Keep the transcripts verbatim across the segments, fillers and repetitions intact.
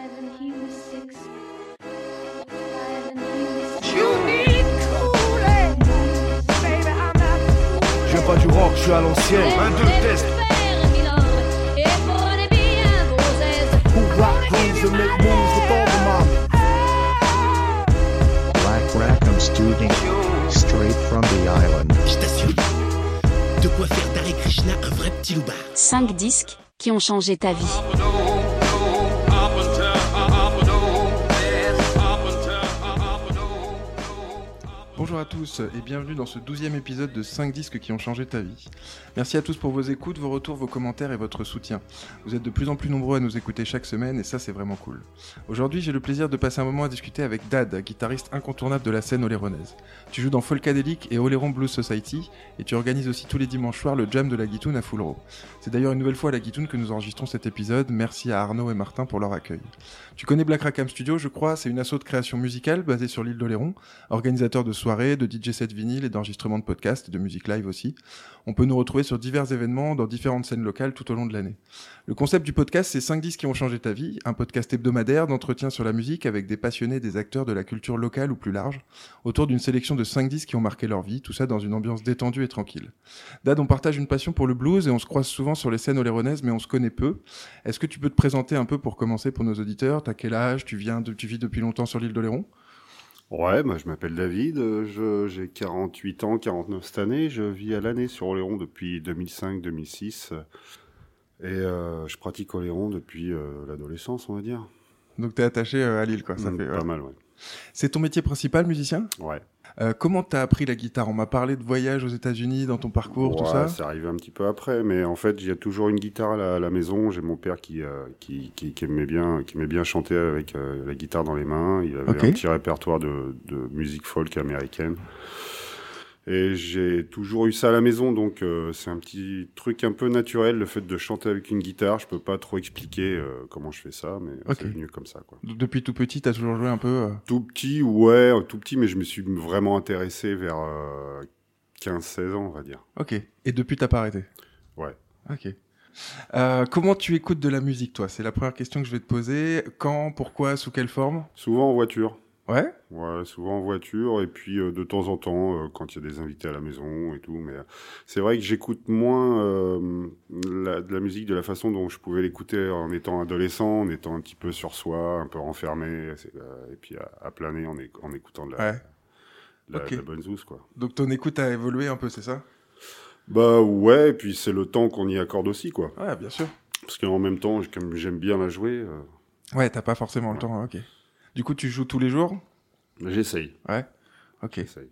Je viens pas du rock, je suis à l'ancienne. Un, deux, test. Who rock grooves and make moves with all the mommy. Black Rackham Studio, straight from the island. Je t'assure, de quoi faire d'Hare Krishna un vrai petit loupard. cinq disques qui ont changé ta vie. Bonjour à tous et bienvenue dans ce douzième épisode de cinq disques qui ont changé ta vie. Merci à tous pour vos écoutes, vos retours, vos commentaires et votre soutien. Vous êtes de plus en plus nombreux à nous écouter chaque semaine et ça c'est vraiment cool. Aujourd'hui j'ai le plaisir de passer un moment à discuter avec Dad, guitariste incontournable de la scène oléronaise. Tu joues dans Folkadelic et Oléron Blues Society et tu organises aussi tous les dimanches soirs le jam de la Guitoune à Foulreau. C'est d'ailleurs une nouvelle fois à la Guitoune que nous enregistrons cet épisode, merci à Arnaud et Martin pour leur accueil. Tu connais Black Rackham Studio je crois, c'est une asso de création musicale basée sur l'île d'Oléron, organisateur de soirées, de D J sets vinyle et d'enregistrement de podcasts et de musique live aussi. On peut nous retrouver sur divers événements dans différentes scènes locales tout au long de l'année. Le concept du podcast, c'est cinq disques qui ont changé ta vie, un podcast hebdomadaire d'entretien sur la musique avec des passionnés, des acteurs de la culture locale ou plus large, autour d'une sélection de cinq disques qui ont marqué leur vie, tout ça dans une ambiance détendue et tranquille. Dad, on partage une passion pour le blues et on se croise souvent sur les scènes oléronaises, mais on se connaît peu. Est-ce que tu peux te présenter un peu pour commencer pour nos auditeurs ? T'as quel âge ? Tu viens de, tu vis depuis longtemps sur l'île d'Oléron ? Ouais, bah, je m'appelle David, je, j'ai quarante-huit ans, quarante-neuf cette année, je vis à l'année sur Oléron depuis deux mille cinq deux mille six et euh, je pratique Oléron depuis euh, l'adolescence, on va dire. Donc t'es attaché euh, à l'île, quoi, ça mmh, fait... Pas ouais. mal, ouais. C'est ton métier principal, musicien ? Ouais. Euh, comment t'as appris la guitare ? On m'a parlé de voyage aux États-Unis dans ton parcours, ouais, tout ça. C'est arrivé un petit peu après, mais en fait, il y a toujours une guitare à la, à la maison. J'ai mon père qui, euh, qui, qui, qui aimait bien, qui aimait bien chanter avec euh, la guitare dans les mains. Il avait Okay. un petit répertoire de, de musique folk américaine. Et j'ai toujours eu ça à la maison, donc euh, c'est un petit truc un peu naturel, le fait de chanter avec une guitare. Je peux pas trop expliquer euh, comment je fais ça, mais Okay. c'est venu comme ça, quoi. Donc, depuis tout petit, t'as toujours joué un peu euh... Tout petit, ouais, tout petit, mais je me suis vraiment intéressé vers euh, quinze seize ans, on va dire. Ok. Et depuis, t'as pas arrêté ? Ouais. Ok. Euh, comment tu écoutes de la musique, toi ? C'est la première question que je vais te poser. Quand, pourquoi, sous quelle forme ? Souvent en voiture. Ouais ? Ouais, souvent en voiture, et puis euh, de temps en temps, euh, quand il y a des invités à la maison et tout, mais euh, c'est vrai que j'écoute moins euh, la, de la musique de la façon dont je pouvais l'écouter en étant adolescent, en étant un petit peu sur soi, un peu renfermé, c'est, euh, et puis à, à planer en, é- en écoutant de la, Ouais. de la, Ok. de la bonne zouze, quoi. Donc ton écoute a évolué un peu, c'est ça ? Bah ouais, et puis c'est le temps qu'on y accorde aussi, quoi. Ouais, bien sûr. Parce qu'en même temps, comme j'aime bien la jouer, euh, Ouais, t'as pas forcément le Ouais. temps, ok. Du coup, tu joues tous les jours ? j'essaye. Ouais. Ok. j'essaye.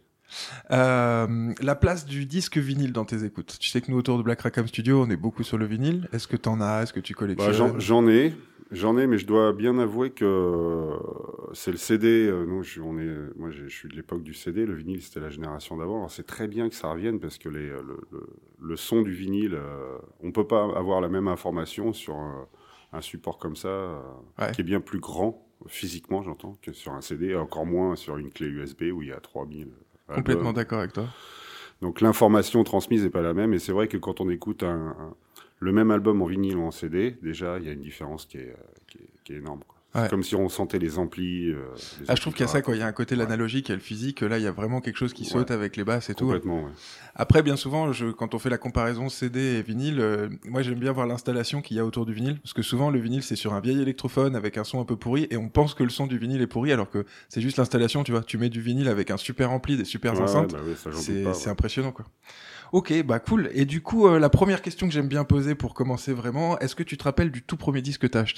Euh, la place du disque vinyle dans tes écoutes. Tu sais que nous, autour de Black Rackham Studio, on est beaucoup sur le vinyle. Est-ce que t'en as ? Est-ce que tu collectionnes ? Bah, j'en, j'en ai, j'en ai, mais je dois bien avouer que euh, c'est le C D. Euh, nous, je, on est, moi, je, je suis de l'époque du C D. Le vinyle, c'était la génération d'avant. Alors, c'est très bien que ça revienne parce que les, le, le, le son du vinyle, euh, on peut pas avoir la même information sur un, un support comme ça, euh, Ouais. qui est bien plus grand physiquement, j'entends, que sur un C D, et encore moins sur une clé U S B où il y a trois mille. Complètement albums. d'accord avec toi. Donc l'information transmise n'est pas la même, et c'est vrai que quand on écoute un, un- le même album en vinyle ou en C D, déjà il y a une différence qui est, euh, qui est, qui est énorme, quoi. Ouais. C'est comme si on sentait les amplis. Euh, les Ah, je trouve qu'il y a ça, quoi. Il y a un côté Ouais. l'analogique, il y a le physique. Là, il y a vraiment quelque chose qui Ouais. saute avec les basses et tout. Complètement, ouais. Après, bien souvent, je, quand on fait la comparaison C D et vinyle, euh, moi j'aime bien voir l'installation qu'il y a autour du vinyle, parce que souvent le vinyle c'est sur un vieil électrophone avec un son un peu pourri, et on pense que le son du vinyle est pourri, alors que c'est juste l'installation, tu vois. Tu mets du vinyle avec un super ampli, des super Ouais, enceintes, ouais, bah oui, ça, j'en doute c'est, pas, c'est ouais. impressionnant, quoi. Ok, bah cool. Et du coup, euh, la première question que j'aime bien poser pour commencer vraiment, est-ce que tu te rappelles du tout premier disque que t'as acheté ?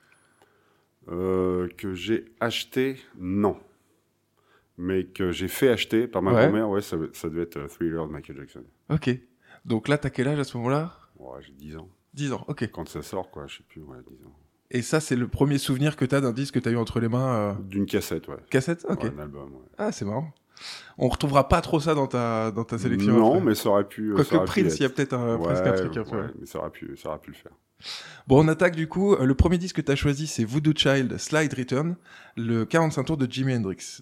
Euh, que j'ai acheté, non. Mais que j'ai fait acheter par ma Ouais. grand-mère, ouais, ça, ça devait être euh, Thriller de Michael Jackson. Ok. Donc là, t'as quel âge à ce moment-là ? Ouais, j'ai dix ans. dix ans, ok. Quand ça sort, quoi, je sais plus, ouais, dix ans. Et ça, c'est le premier souvenir que t'as d'un disque que t'as eu entre les mains euh... D'une cassette, ouais. Cassette ? Ok. Ouais, un album, ouais. Ah, c'est marrant. On retrouvera pas trop ça dans ta, dans ta sélection. Non, après. mais ça aurait pu. Quoique ça aurait pu Prince, il y a être. peut-être un, Ouais, presque un truc un peu. ouais, ouais. mais ça aurait pu, ça aurait pu le faire. Bon, on attaque du coup. Le premier disque que tu as choisi, c'est Voodoo Child Slide Return, le quarante-cinq tours de Jimi Hendrix.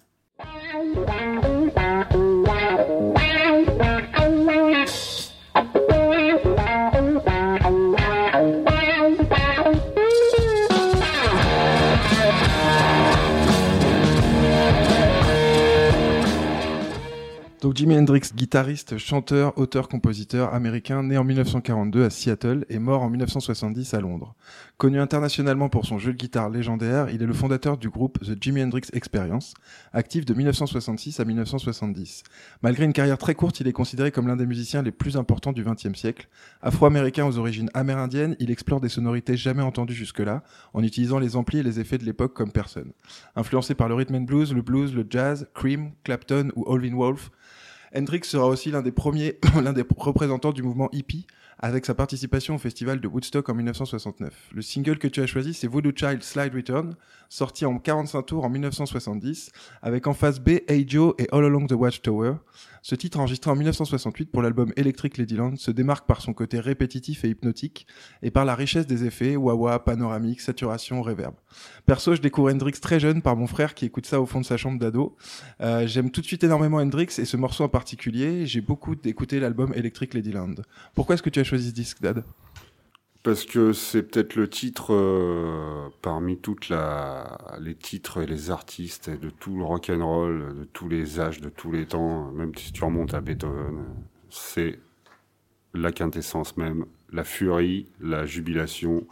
Donc Jimi Hendrix, guitariste, chanteur, auteur, compositeur américain, né en dix-neuf cent quarante-deux à Seattle et mort en dix-neuf cent soixante-dix à Londres. Connu internationalement pour son jeu de guitare légendaire, il est le fondateur du groupe The Jimi Hendrix Experience, actif de dix-neuf cent soixante-six à dix-neuf cent soixante-dix. Malgré une carrière très courte, il est considéré comme l'un des musiciens les plus importants du vingtième siècle. Afro-américain aux origines amérindiennes, il explore des sonorités jamais entendues jusque-là, en utilisant les amplis et les effets de l'époque comme personne. Influencé par le rhythm and blues, le blues, le jazz, Cream, Clapton ou Howlin' Wolf, Hendrix sera aussi l'un des premiers, l'un des représentants du mouvement hippie, avec sa participation au festival de Woodstock en dix-neuf cent soixante-neuf. Le single que tu as choisi, c'est Voodoo Child Slide Return, sorti en quarante-cinq tours en dix-neuf cent soixante-dix, avec en face B, Hey Joe et All Along the Watchtower. Ce titre, enregistré en dix-neuf cent soixante-huit pour l'album Electric Ladyland, se démarque par son côté répétitif et hypnotique, et par la richesse des effets, wah-wah, panoramique, saturation, reverb. Perso, je découvre Hendrix très jeune par mon frère qui écoute ça au fond de sa chambre d'ado. Euh, j'aime tout de suite énormément Hendrix et ce morceau en particulier, j'ai beaucoup écouté l'album Electric Ladyland. Pourquoi est-ce que tu as choisi ce disque, Dad ? Parce que c'est peut-être le titre euh, parmi toutes la, les titres et les artistes et de tout le rock'n'roll, de tous les âges, de tous les temps, même si tu remontes à Beethoven, c'est la quintessence même, la furie, la jubilation.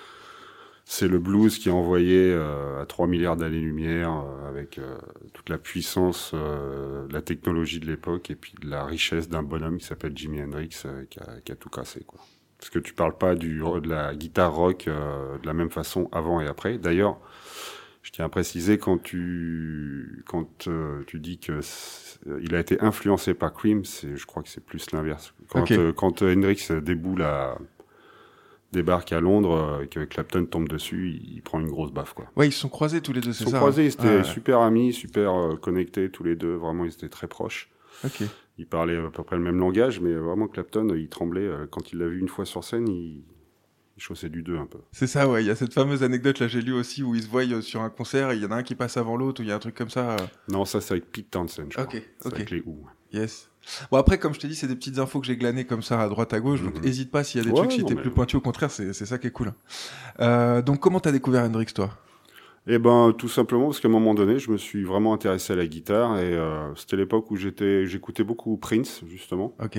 C'est le blues qui est envoyé euh, à trois milliards d'années-lumière euh, avec euh, toute la puissance euh, de la technologie de l'époque et puis de la richesse d'un bonhomme qui s'appelle Jimi Hendrix euh, qui, a, qui a tout cassé, quoi. Parce que tu parles pas du, de la guitare rock euh, de la même façon avant et après. D'ailleurs, je tiens à préciser quand tu quand euh, tu dis que il a été influencé par Cream, c'est, je crois que c'est plus l'inverse. Quand, okay. euh, quand Hendrix déboule à débarque à Londres et que Clapton tombe dessus, il, il prend une grosse baffe, quoi. Ouais, ils se sont croisés tous les deux, c'est ça. Ils se sont croisés, hein. ils étaient ah, ouais. super amis, super euh, connectés tous les deux. Vraiment, ils étaient très proches. Ok. Ils parlaient à peu près le même langage, mais vraiment Clapton, il tremblait quand il l'a vu une fois sur scène, il, il chaussait du deux un peu. C'est ça, ouais. Il y a cette fameuse anecdote, là, j'ai lu aussi, où ils se voient sur un concert, et il y en a un qui passe avant l'autre, ou il y a un truc comme ça. Non, ça c'est avec Pete Townshend, je Ok, crois. C'est ok. avec les Who. Yes. Bon, après, comme je t'ai dit, c'est des petites infos que j'ai glanées comme ça à droite à gauche, donc Mm-hmm. hésite pas s'il y a des Ouais, trucs qui non, étaient mais- plus pointus, au contraire, c'est, c'est ça qui est cool. Euh, donc, comment t'as découvert Hendrix, toi ? Eh ben, tout simplement parce qu'à un moment donné, je me suis vraiment intéressé à la guitare et euh, c'était l'époque où j'étais, j'écoutais beaucoup Prince, justement. Ok.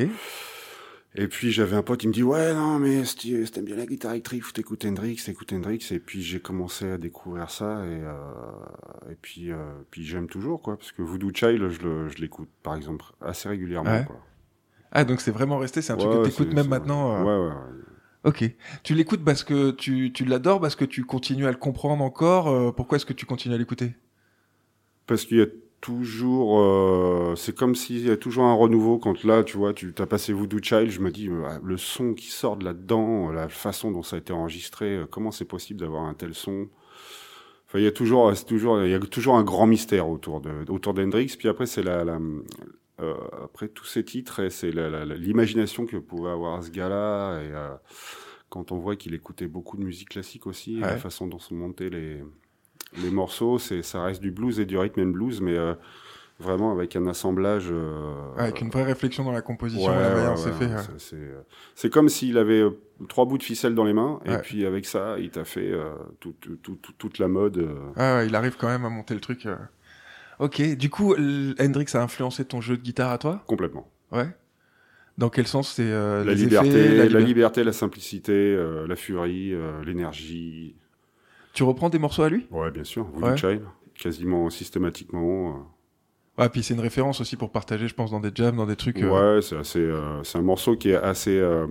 Et puis j'avais un pote qui me dit ouais non mais si si t'aimes bien la guitare électrique, faut t'écouter Hendrix, écoute Hendrix. Et puis j'ai commencé à découvrir ça et euh, et puis euh, puis j'aime toujours, quoi, parce que Voodoo Child, je le je l'écoute par exemple assez régulièrement, Ouais. quoi. Ah, donc c'est vraiment resté, c'est un truc Ouais, que t'écoutes c'est- même c'est- maintenant. euh, Ouais ouais. ouais. Ok. Tu l'écoutes parce que tu, tu l'adores, parce que tu continues à le comprendre encore. euh, pourquoi est-ce que tu continues à l'écouter ? Parce qu'il y a toujours, euh, c'est comme s'il y a toujours un renouveau quand là, tu vois, tu t'as passé Voodoo Child, je me dis, euh, le son qui sort de là-dedans, la façon dont ça a été enregistré, euh, comment c'est possible d'avoir un tel son ? Enfin, il y a toujours, c'est toujours, il y a toujours un grand mystère autour de, autour d'Hendrix. Puis après, c'est la, la euh, après tous ces titres, et c'est la, la, la- l'imagination que pouvait avoir ce gars-là. Et euh, quand on voit qu'il écoutait beaucoup de musique classique aussi, Ouais. la façon dont sont montés les les morceaux, c'est, ça reste du blues et du rhythm and blues, mais euh, vraiment avec un assemblage. Euh, Avec une vraie réflexion dans la composition ouais, et la manière ouais, dont c'est ouais, fait. ouais, ouais. c'est, c'est, euh, c'est comme s'il avait euh, trois bouts de ficelle dans les mains, et Ouais. puis avec ça, il t'a fait euh, tout, tout, tout, tout- toute la mode. euh. Ah ouais, il arrive quand même à monter le truc. euh. Ok, du coup, l- Hendrix a influencé ton jeu de guitare à toi ? Complètement. Ouais. Dans quel sens c'est euh, La les liberté, effets, la, liber- liberté, la simplicité, euh, la furie, euh, l'énergie. Tu reprends des morceaux à lui ? Ouais, bien sûr. Voodoo Ouais. Child, quasiment systématiquement. euh. Ouais, puis c'est une référence aussi pour partager, je pense, dans des jams, dans des trucs. euh, Ouais, c'est assez, euh, c'est un morceau qui est assez, euh,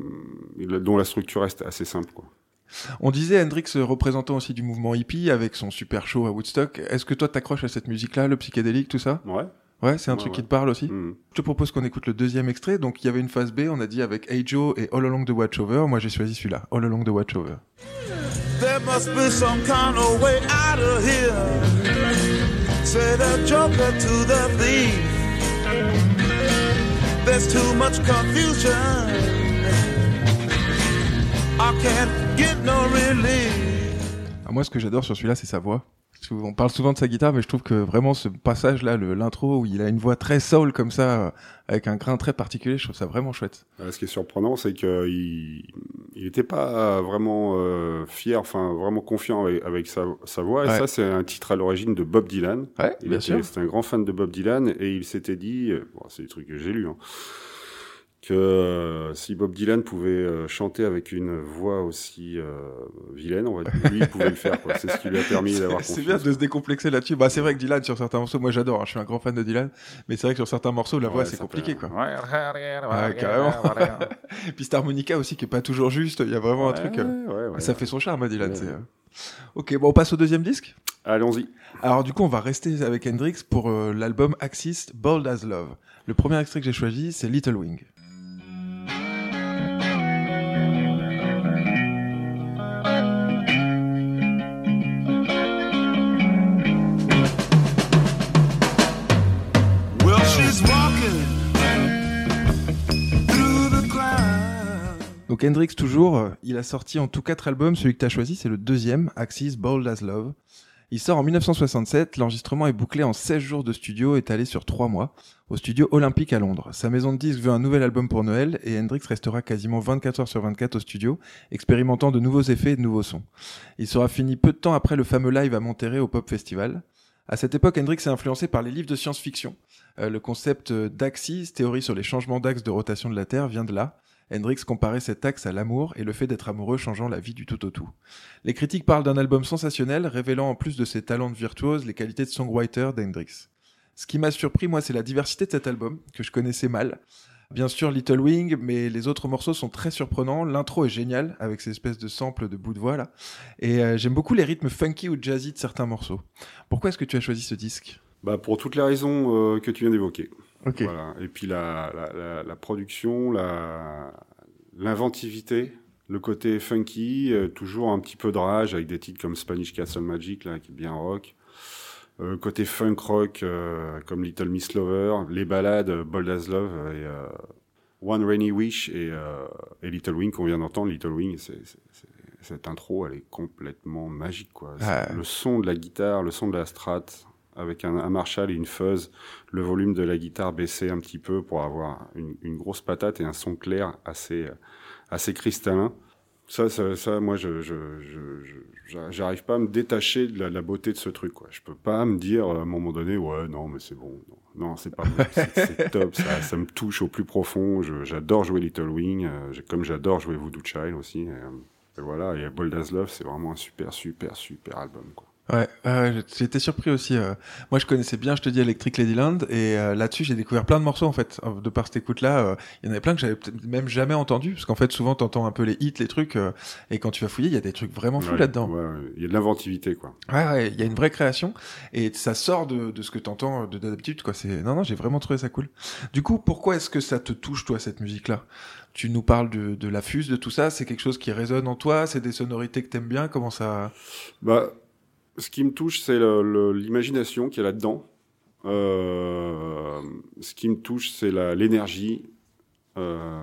dont la structure reste assez simple, quoi. On disait Hendrix euh, représentant aussi du mouvement hippie avec son super show à Woodstock. Est-ce que toi t'accroches à cette musique-là, le psychédélique, tout ça ? Ouais. Ouais, c'est un Ouais, truc ouais. qui te parle aussi ? Mhm. Je te propose qu'on écoute le deuxième extrait. Donc il y avait une phase B, on a dit avec Hey Joe et All Along the Watchover. Moi j'ai choisi celui-là, All Along the Watchover. There must be some kind of way out of here. Say the joker to the thief. There's too much confusion. I can't get no relief. Ah, moi ce que j'adore sur celui-là, c'est sa voix. On parle souvent de sa guitare, mais je trouve que vraiment ce passage-là, le, l'intro, où il a une voix très soul comme ça, euh, avec un grain très particulier, je trouve ça vraiment chouette. Euh, ce qui est surprenant, c'est qu'il il était pas vraiment euh, fier, enfin vraiment confiant avec, avec sa, sa voix. Et Ouais. ça, c'est un titre à l'origine de Bob Dylan. Ouais, Il bien était, sûr. c'était un grand fan de Bob Dylan et il s'était dit, euh, bon, c'est des trucs que j'ai lus, hein, que euh, si Bob Dylan pouvait euh, chanter avec une voix aussi euh, vilaine, on va dire, lui, il pouvait le faire. Quoi. C'est ce qui lui a permis d'avoir C'est confiance. bien de se décomplexer là-dessus. Bah, c'est vrai que Dylan, sur certains morceaux, moi j'adore, hein, je suis un grand fan de Dylan, mais c'est vrai que sur certains morceaux, la Ouais, voix c'est ça compliqué, peut- quoi. Ouais, Ouais, carrément. Et puis cette harmonica aussi qui est pas toujours juste, il y a vraiment un truc. euh, ouais, ouais, ça ouais. fait son charme, hein, Dylan. Ouais. c'est, euh. Ok, bon, on passe au deuxième disque. Allons-y. Alors du coup, on va rester avec Hendrix pour euh, l'album Axis, Bold as Love. Le premier extrait que j'ai choisi, c'est Little Wing. Well, she's walking through the clouds. Donc Hendrix toujours, euh, il a sorti en tout quatre albums, celui que tu as choisi c'est le deuxième, Axis, Bold as Love. Il sort en dix-neuf cent soixante-sept, l'enregistrement est bouclé en seize jours de studio étalé sur trois mois, au studio Olympique à Londres. Sa maison de disques veut un nouvel album pour Noël et Hendrix restera quasiment vingt-quatre heures sur vingt-quatre au studio, expérimentant de nouveaux effets et de nouveaux sons. Il sera fini peu de temps après le fameux live à Monterrey au Pop Festival. À cette époque, Hendrix est influencé par les livres de science-fiction. Euh, le concept d'axis, théorie sur les changements d'axe de rotation de la Terre, vient de là. Hendrix comparait cet axe à l'amour et le fait d'être amoureux changeant la vie du tout au tout. Les critiques parlent d'un album sensationnel, révélant en plus de ses talents de virtuose les qualités de songwriter d'Hendrix. Ce qui m'a surpris, moi, c'est la diversité de cet album, que je connaissais mal. Bien sûr, Little Wing, mais les autres morceaux sont très surprenants. L'intro est géniale, avec ces espèces de samples de bouts de voix, là. Et euh, j'aime beaucoup les rythmes funky ou jazzy de certains morceaux. Pourquoi est-ce que tu as choisi ce disque ? Bah, pour toutes les raisons euh, que tu viens d'évoquer. Ok. Voilà. Et puis la, la, la, la production, la, l'inventivité, le côté funky, euh, toujours un petit peu de rage avec des titres comme Spanish Castle Magic, là, qui est bien rock. Euh, côté funk rock, euh, comme Little Miss Lover, les ballades euh, Bold as Love et euh, One Rainy Wish et, euh, et Little Wing qu'on vient d'entendre. Little Wing, c'est, c'est, c'est, cette intro, elle est complètement magique, quoi. Ah. Le son de la guitare, le son de la strat, avec un, un Marshall et une fuzz, le volume de la guitare baissé un petit peu pour avoir une, une grosse patate et un son clair assez, assez cristallin. Ça, ça, ça moi, je, je, je, je, j'arrive pas à me détacher de la, de la beauté de ce truc, quoi. Je peux pas me dire à un moment donné, ouais, non, mais c'est bon. Non, non c'est pas bon. C'est, c'est top. Ça, ça me touche au plus profond. Je, j'adore jouer Little Wing, euh, comme j'adore jouer Voodoo Child aussi. Et, euh, et voilà. Et Bold as Love, c'est vraiment un super, super, super album, quoi. Ouais, euh, j'ai été surpris aussi. Euh. Moi, je connaissais bien, je te dis, Electric Ladyland, et euh, là-dessus, j'ai découvert plein de morceaux en fait. De par cette écoute-là, euh, il y en avait plein que j'avais peut-être même jamais entendu, parce qu'en fait, souvent, t'entends un peu les hits, les trucs, euh, et quand tu vas fouiller, il y a des trucs vraiment fous Ouais, là-dedans. Ouais, ouais. Il y a de l'inventivité, quoi. Ouais, ouais, il y a une vraie création, et ça sort de, de ce que t'entends de d'habitude, quoi. C'est non, non, j'ai vraiment trouvé ça cool. Du coup, pourquoi est-ce que ça te touche, toi, cette musique-là ? Tu nous parles de, de la fuse, de tout ça. C'est quelque chose qui résonne en toi. C'est des sonorités que t'aimes bien. Comment ça ? Bah. Ce qui me touche, c'est le, le, l'imagination qu'il y a là-dedans. Euh, ce qui me touche, c'est la, l'énergie. Euh,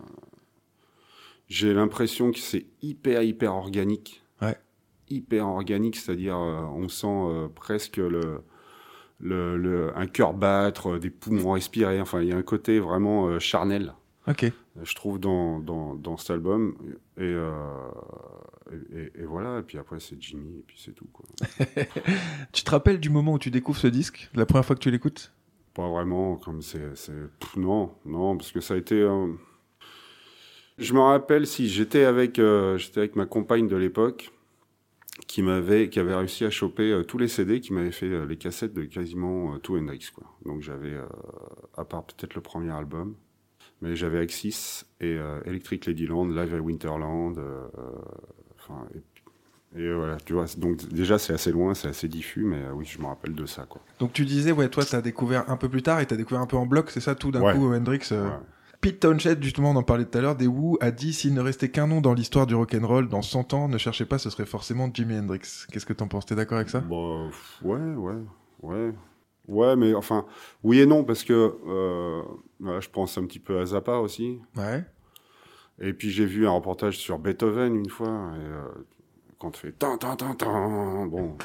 j'ai l'impression que c'est hyper, hyper organique. Ouais. Hyper organique, c'est-à-dire euh, on sent euh, presque le, le, le, un cœur battre, des poumons respirer. Enfin, il y a un côté vraiment euh, charnel. Ok. Je trouve dans, dans, dans cet album. Et, euh, et, et, et voilà. Et puis après, c'est Jimmy. Et puis c'est tout, quoi. Tu te rappelles du moment où tu découvres ce disque, la première fois que tu l'écoutes ? Pas vraiment. Comme c'est, c'est... Pff, non, non, parce que ça a été. Euh... Je me rappelle si j'étais avec, euh, j'étais avec ma compagne de l'époque, qui m'avait, qui avait réussi à choper euh, tous les C D, qui m'avait fait euh, les cassettes de quasiment euh, tout Hendrix, quoi. Donc j'avais, euh, à part peut-être le premier album. Mais j'avais Axis et euh, Electric Ladyland, Live at Winterland, euh, enfin, et, et voilà, tu vois, donc déjà c'est assez loin, c'est assez diffus, mais euh, oui, je me rappelle de ça, quoi. Donc tu disais, ouais, toi t'as découvert un peu plus tard et t'as découvert un peu en bloc, c'est ça, tout d'un Ouais. coup, Hendrix euh... Ouais. Pete Townshend, justement, on en parlait tout à l'heure, des Who, a dit « S'il ne restait qu'un nom dans l'histoire du rock'n'roll, dans cent ans, ne cherchez pas, ce serait forcément Jimi Hendrix. » Qu'est-ce que t'en penses ? T'es d'accord avec ça ? Bon, ouais, ouais, ouais. Ouais, mais enfin, oui et non, parce que euh, voilà, je pense un petit peu à Zappa aussi. Ouais. Et puis j'ai vu un reportage sur Beethoven une fois, et euh, quand on fait tan tan tan tan, bon,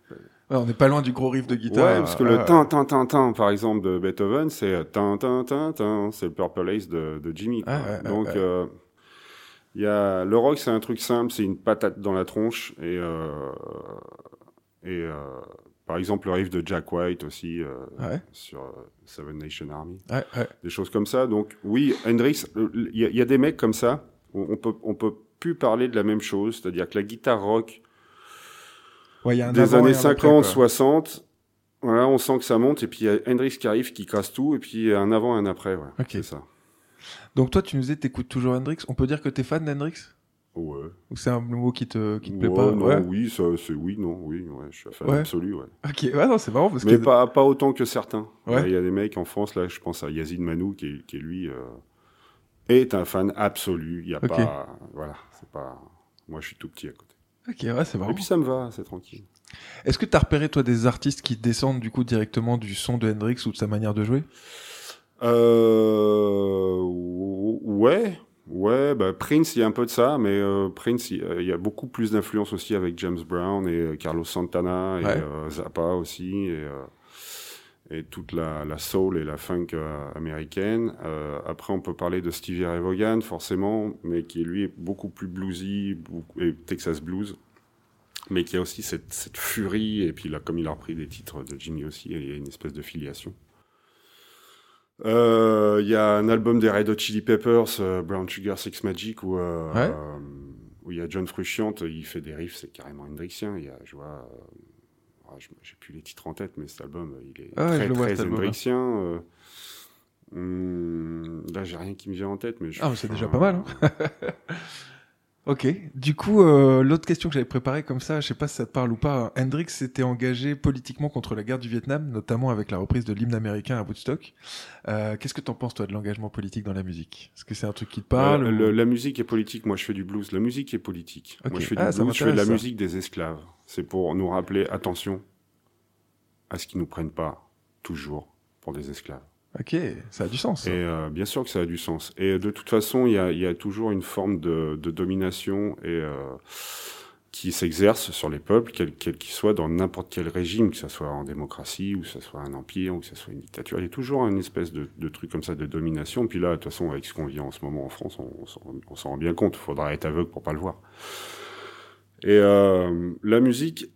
Ouais, on n'est pas loin du gros riff de guitare. Ouais, parce que euh, le tin, tin, tin, tin, par exemple, de Beethoven, c'est tin, tin, tin, tin, c'est le Purple Haze de, de Jimmy. Quoi. Ouais, ouais, Donc, ouais. euh, il y a, le rock, c'est un truc simple, c'est une patate dans la tronche. Et, euh, et euh, par exemple, le riff de Jack White aussi, euh, Ouais. sur euh, Seven Nation Army. Ouais, ouais. Des choses comme ça. Donc, oui, Hendrix, il y, a- y a des mecs comme ça, on, on peut, on peut plus parler de la même chose. C'est-à-dire que la guitare rock, Ouais, il y a un des avant et années un après, cinquante, quoi. soixante, voilà, on sent que ça monte, et puis il y a Hendrix qui arrive, qui casse tout, et puis un avant et un après, ouais. Ok. C'est ça. Donc toi, tu nous disais, t'écoutes toujours Hendrix. On peut dire que t'es fan d'Hendrix? Ouais. Ou c'est un mot qui te, qui te plaît Ouais, pas? non, Ouais. oui, ça, c'est oui, non, oui, ouais, je suis un fan Ouais. absolu, ouais. Ok, ouais, non, c'est marrant parce Mais que. pas, pas autant que certains. Ouais. Il y a des mecs en France, là, je pense à Yazid Manou, qui est, qui est lui, euh, est un fan absolu. Il y a Ok. pas, voilà, c'est pas, moi je suis tout petit à côté. Ok, ouais, c'est marrant. Et puis ça me va, c'est tranquille. Est-ce que t'as repéré, toi, des artistes qui descendent du coup directement du son de Hendrix ou de sa manière de jouer? Euh, ouais, ouais, bah Prince, il y a un peu de ça, mais euh, Prince, il il y a beaucoup plus d'influence aussi avec James Brown et euh, Carlos Santana et Ouais. euh, Zappa aussi et, euh, et toute la, la soul et la funk euh, américaine. Euh, après, on peut parler de Stevie Ray Vaughan, forcément, mais qui lui est beaucoup plus bluesy beaucoup, et Texas blues, mais qui a aussi cette, cette furie, et puis là, comme il a repris des titres de Jimmy aussi, il y a une espèce de filiation. Il euh, y a un album des Red Hot Chili Peppers, euh, Brown Sugar Sex Magic, où euh, Ouais. euh, où il y a John Frusciante, il fait des riffs, c'est carrément hendrixien. Il y a, je vois, euh, je, j'ai plus les titres en tête, mais cet album, il est Ah ouais, très je le vois, très cet album-là. hendrixien. Euh, hum, là, j'ai rien qui me vient en tête, mais je, Ah, mais c'est enfin, déjà pas mal, hein. Ok. Du coup, euh, l'autre question que j'avais préparée comme ça, je sais pas si ça te parle ou pas. Hendrix s'était engagé politiquement contre la guerre du Vietnam, notamment avec la reprise de l'hymne américain à Woodstock. Euh, qu'est-ce que t'en penses, toi, de l'engagement politique dans la musique? Est-ce que c'est un truc qui te parle? Euh, ou- le- la musique est politique. Moi, je fais du blues. La musique est politique. Ok. Moi, je fais du Ah, ça blues. Je fais de la m'intéresse, ça. musique des esclaves. C'est pour nous rappeler, attention, à ce qu'ils nous prennent pas toujours pour des esclaves. Ok, ça a du sens. Et euh, bien sûr que ça a du sens. Et de toute façon, il y a, il y a toujours une forme de, de domination et euh, qui s'exerce sur les peuples, quel quel qu'ils soient, dans n'importe quel régime, que ce soit en démocratie, ou que ce soit un empire, ou que ce soit une dictature. Il y a toujours une espèce de, de truc comme ça de domination. Puis là, de toute façon, avec ce qu'on vit en ce moment en France, on, on s'en- on s'en rend bien compte. Il faudra être aveugle pour pas le voir. Et euh, la musique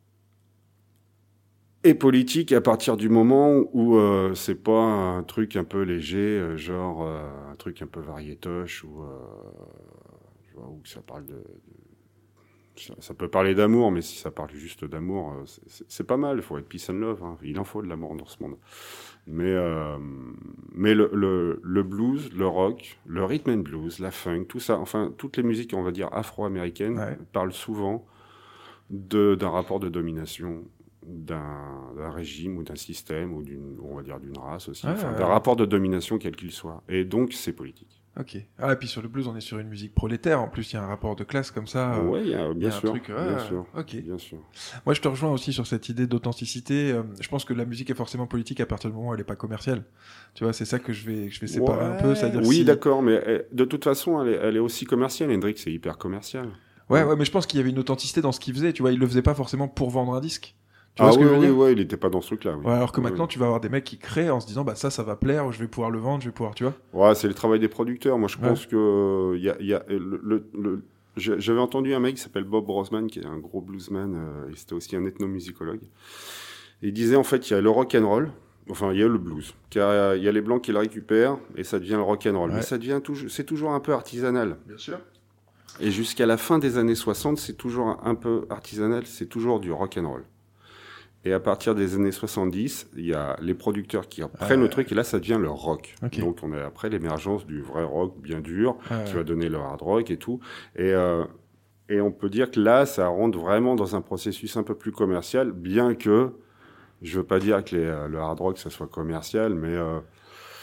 est politique à partir du moment où euh, c'est pas un truc un peu léger, euh, genre euh, un truc un peu variétoche, ou euh, tu vois, où ça parle de, de ça, ça peut parler d'amour, mais si ça parle juste d'amour, euh, c'est- c'est c'est pas mal. Il faut être peace and love. Hein. Il en faut de l'amour dans ce monde. Mais euh, mais le, le le blues, le rock, le rhythm and blues, la funk, tout ça, enfin toutes les musiques, on va dire afro-américaines, Ouais. parlent souvent de d'un rapport de domination d'un d'un régime ou d'un système ou d'une, on va dire d'une race aussi, Ouais, enfin, ouais, d'un ouais. rapport de domination quel qu'il soit. Et donc c'est politique. Ok. Ah, et puis sur le blues, on est sur une musique prolétaire. En plus, il y a un rapport de classe comme ça. euh, ouais, il y a, il y bien a un sûr, truc, ouais, bien sûr, ok. bien sûr. Moi, je te rejoins aussi sur cette idée d'authenticité. Euh, je pense que la musique est forcément politique à partir du moment où elle n'est pas commerciale. Tu vois, c'est ça que je vais, que je vais séparer un peu. C'est-à-dire oui, si... d'accord, mais eh, de toute façon, elle est, elle est aussi commerciale. Hendrix, c'est hyper commercial. Ouais, ouais, mais je pense qu'il y avait une authenticité dans ce qu'il faisait. Tu vois, il le faisait pas forcément pour vendre un disque. Tu Ah vois ce oui, que je veux oui, dire ouais, il était pas dans ce truc-là. Oui. Ouais, alors que Oui, maintenant, oui. tu vas avoir des mecs qui créent en se disant, bah ça, ça va plaire, je vais pouvoir le vendre, je vais pouvoir, tu vois. Ouais, c'est le travail des producteurs. Moi, je Ouais. pense que il y a, il y a le, le, le- j'ai- j'avais entendu un mec qui s'appelle Bob Brosman, qui est un gros bluesman, euh, et c'était aussi un ethnomusicologue. Et il disait en fait, il y a le rock and roll, enfin il y a le blues, car il y a les blancs qui le récupèrent et ça devient le rock and roll. Ouais. Mais ça devient toujours, c'est toujours un peu artisanal. Bien sûr. Et jusqu'à la fin des années soixante, c'est toujours un, un peu artisanal, c'est toujours du rock and roll. Et à partir des années soixante-dix, il y a les producteurs qui reprennent Euh. le truc et là, ça devient le rock. Ok. Donc, on est après l'émergence du vrai rock bien dur, Ouais. qui va donner le hard rock et tout. Et, euh, et on peut dire que là, ça rentre vraiment dans un processus un peu plus commercial, bien que je veux pas dire que les, euh, le hard rock, ça soit commercial, mais euh,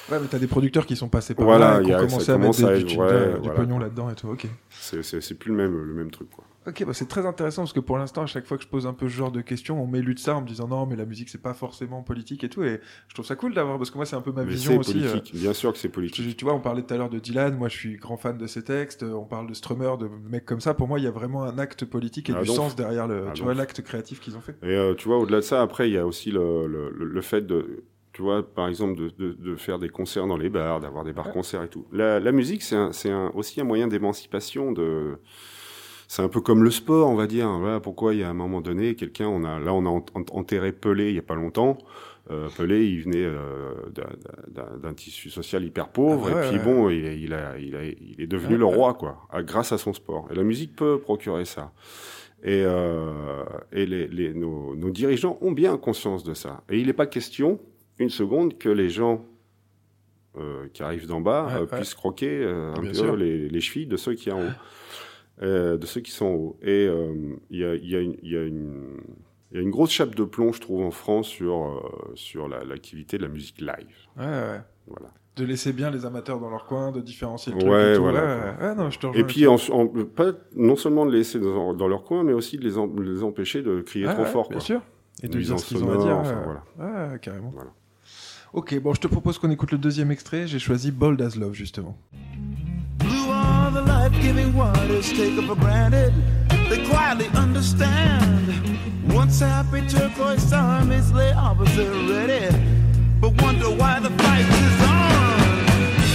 Ouais, mais t'as des producteurs qui sont passés par Voilà, là et qui il y ont a- commencé ça à mettre commence à des- être- du, ouais, du voilà, pognon quoi. là-dedans et tout. Ok. C'est, c'est, c'est plus le même, le même truc, quoi. Ok, bah c'est très intéressant parce que pour l'instant, à chaque fois que je pose un peu ce genre de questions, on m'élude ça en me disant non, mais la musique c'est pas forcément politique et tout. Et je trouve ça cool d'avoir parce que moi c'est un peu ma Mais vision c'est aussi. politique, bien sûr que c'est euh, politique. tu, tu vois, on parlait tout à l'heure de Dylan. Moi, je suis grand fan de ses textes. On parle de Strummer, de mecs comme ça. Pour moi, il y a vraiment un acte politique et Ah, du donc. sens derrière le, Ah, tu donc. vois, l'acte créatif qu'ils ont fait. Et euh, tu vois, au-delà de ça, après, il y a aussi le, le, le, le fait de, tu vois, par exemple, de, de, de faire des concerts dans les bars, d'avoir des bars-concerts et tout. La, la musique, c'est, un, c'est un, aussi un moyen d'émancipation. De... C'est un peu comme le sport, on va dire. Voilà pourquoi il y a un moment donné, quelqu'un, on a, là, on a ent- enterré Pelé il y a pas longtemps. Euh, Pelé, il venait euh, d'un, d'un, d'un tissu social hyper pauvre, Ah ouais, et puis ouais. bon, il, il, a, il, a, il est devenu Ouais, le ouais. roi, quoi, à- grâce à son sport. Et la musique peut procurer ça. Et, euh, et les, les, nos, nos dirigeants ont bien conscience de ça. Et il n'est pas question, une seconde, que les gens euh, qui arrivent d'en bas Ouais, euh, ouais. puissent croquer euh, un Bien peu sûr. les, les chevilles de ceux qui sont en haut. Euh, de ceux qui sont en haut. Et euh, il y, a, il y, a une, il y, a une, il y a une grosse chape de plomb, je trouve, en France sur, euh, sur la, l'activité de la musique live. Ouais, ouais. Voilà. De laisser bien les amateurs dans leur coin, de différencier le Ouais, truc et tout. voilà, Ouais, ouais. Ouais, non, je te rejoins Et puis, là-dessus. en, en- pas, non seulement de les laisser dans, dans leur coin, mais aussi de les, en- de les empêcher de crier Ouais, trop ouais, fort. bien Quoi. sûr. Et de dire Nuisance ce qu'ils ont à sonore, dire. enfin, ouais. voilà. Ouais, carrément. Voilà. Ok, bon, je te propose qu'on écoute le deuxième extrait. J'ai choisi Bold as Love, justement. Blue are the life-giving waters taken for granted. They quietly understand. Once happy turquoise armies lay opposite ready, but wonder why the fight is on.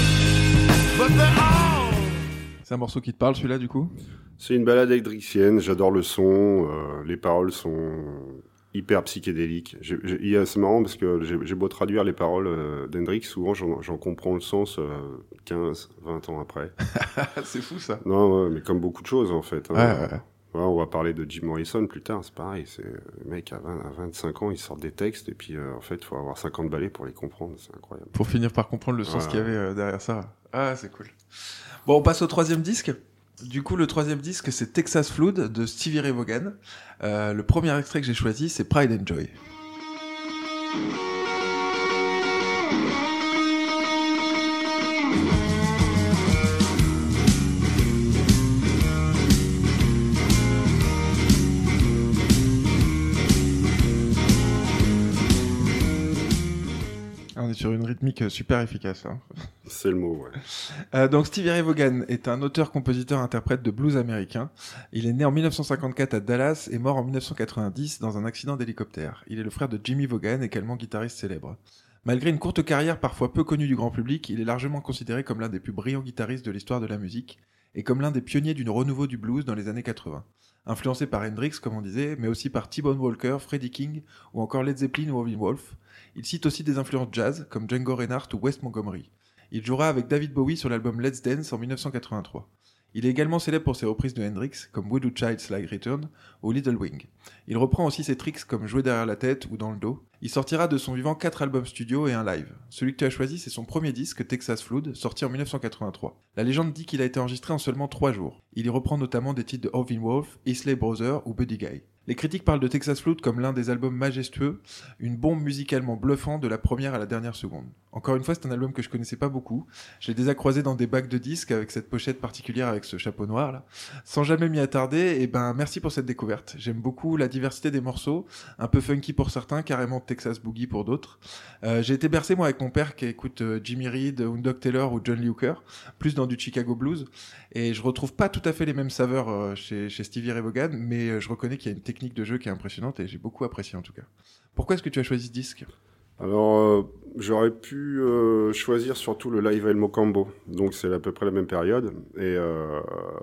But they're all. C'est un morceau qui te parle, celui-là, du coup? C'est une balade hendrixienne, j'adore le son, euh, les paroles sont hyper psychédéliques. J'ai, j'ai, il y a- c'est marrant parce que j'ai, j'ai beau traduire les paroles euh, d'Hendrix, souvent j'en, j'en comprends le sens euh, quinze, vingt ans après. C'est fou, ça. Non, ouais, mais comme beaucoup de choses en fait. hein. Ouais, ouais. Ouais, on va parler de Jim Morrison plus tard, c'est pareil. C'est, le mec à, vingt, à vingt-cinq ans, il sort des textes et puis euh, en fait, il faut avoir cinquante balais pour les comprendre, c'est incroyable. Pour finir par comprendre le sens Ouais. qu'il y avait euh, derrière ça. Ah, c'est cool. Bon, on passe au troisième disque. Du coup, le troisième disque, c'est Texas Flood de Stevie Ray Vaughan. Euh, le premier extrait que j'ai choisi, c'est Pride and Joy. Ah, on est sur une rythmique euh, super efficace. Hein. C'est le mot, ouais. Euh, donc Stevie Ray Vaughan est un auteur, compositeur, interprète de blues américain. Il est né en dix-neuf cent cinquante-quatre à Dallas et mort en dix-neuf cent quatre-vingt-dix dans un accident d'hélicoptère. Il est le frère de Jimmy Vaughan, également guitariste célèbre. Malgré une courte carrière parfois peu connue du grand public, il est largement considéré comme l'un des plus brillants guitaristes de l'histoire de la musique et comme l'un des pionniers du renouveau du blues dans les années quatre-vingts. Influencé par Hendrix, comme on disait, mais aussi par T-Bone Walker, Freddie King ou encore Led Zeppelin ou Howlin' Wolf. Il cite aussi des influences jazz comme Django Reinhardt ou Wes Montgomery. Il jouera avec David Bowie sur l'album Let's Dance en dix-neuf cent quatre-vingt-trois. Il est également célèbre pour ses reprises de Hendrix, comme Voodoo Child Slide Return ou Little Wing. Il reprend aussi ses tricks comme Jouer derrière la tête ou Dans le dos. Il sortira de son vivant quatre albums studio et un live. Celui que tu as choisi, c'est son premier disque, Texas Flood, sorti en dix-neuf cent quatre-vingt-trois. La légende dit qu'il a été enregistré en seulement trois jours. Il y reprend notamment des titres de Howlin' Wolf, Isley Brothers ou Buddy Guy. Les critiques parlent de Texas Flood comme l'un des albums majestueux, une bombe musicalement bluffante de la première à la dernière seconde. Encore une fois, c'est un album que je connaissais pas beaucoup. Je l'ai déjà croisé dans des bacs de disques avec cette pochette particulière avec ce chapeau noir là. Sans jamais m'y attarder, et ben merci pour cette découverte. J'aime beaucoup la diversité des morceaux, un peu funky pour certains, carrément Texas Boogie pour d'autres. Euh, j'ai été bercé moi avec mon père qui écoute euh, Jimmy Reed, Doug Taylor ou John Lee Hooker, plus dans du Chicago Blues, et je retrouve pas tout à fait les mêmes saveurs euh, chez, chez Stevie Ray Vaughan, mais euh, je reconnais qu'il y a une technique de jeu qui est impressionnante et j'ai beaucoup apprécié en tout cas. Pourquoi est-ce que tu as choisi ce disque ? Alors, euh, j'aurais pu euh, choisir surtout le live à El Mocambo, donc c'est à peu près la même période. Et euh,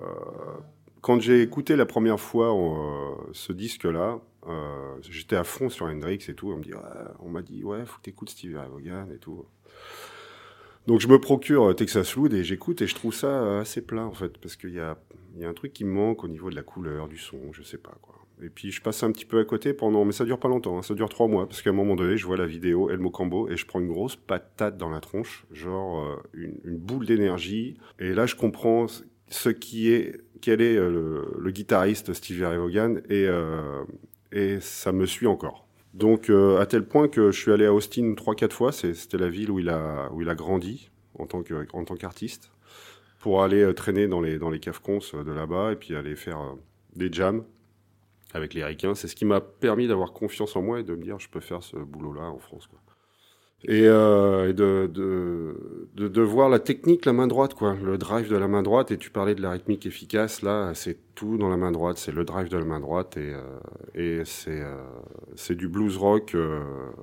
quand j'ai écouté la première fois euh, ce disque-là, euh, j'étais à fond sur Hendrix et tout. On me dit, ouais, on m'a dit, ouais, faut que t'écoutes Stevie Ray Vaughan et tout. Donc je me procure Texas Flood et j'écoute et je trouve ça assez plat en fait, parce qu'il y a, il y a un truc qui me manque au niveau de la couleur, du son, je sais pas quoi. Et puis je passe un petit peu à côté pendant, mais ça dure pas longtemps, hein, ça dure trois mois, parce qu'à un moment donné, je vois la vidéo El Mocambo et je prends une grosse patate dans la tronche, genre euh, une, une boule d'énergie. Et là, je comprends ce qui est, quel est euh, le, le guitariste Stevie Ray Vaughan et euh, et ça me suit encore. Donc, euh, à tel point que je suis allé à Austin trois quatre fois. C'est, c'était la ville où il a, où il a grandi en tant, que, en tant qu'artiste, pour aller euh, traîner dans les, dans les caves cons de là-bas et puis aller faire euh, des jams avec les ricains. C'est ce qui m'a permis d'avoir confiance en moi et de me dire je peux faire ce boulot-là en France, quoi. Et, euh, et de, de, de, de voir la technique, la main droite, quoi, le drive de la main droite. Et tu parlais de la rythmique efficace, là, c'est tout dans la main droite, c'est le drive de la main droite et, euh, et c'est, euh, c'est du blues rock euh,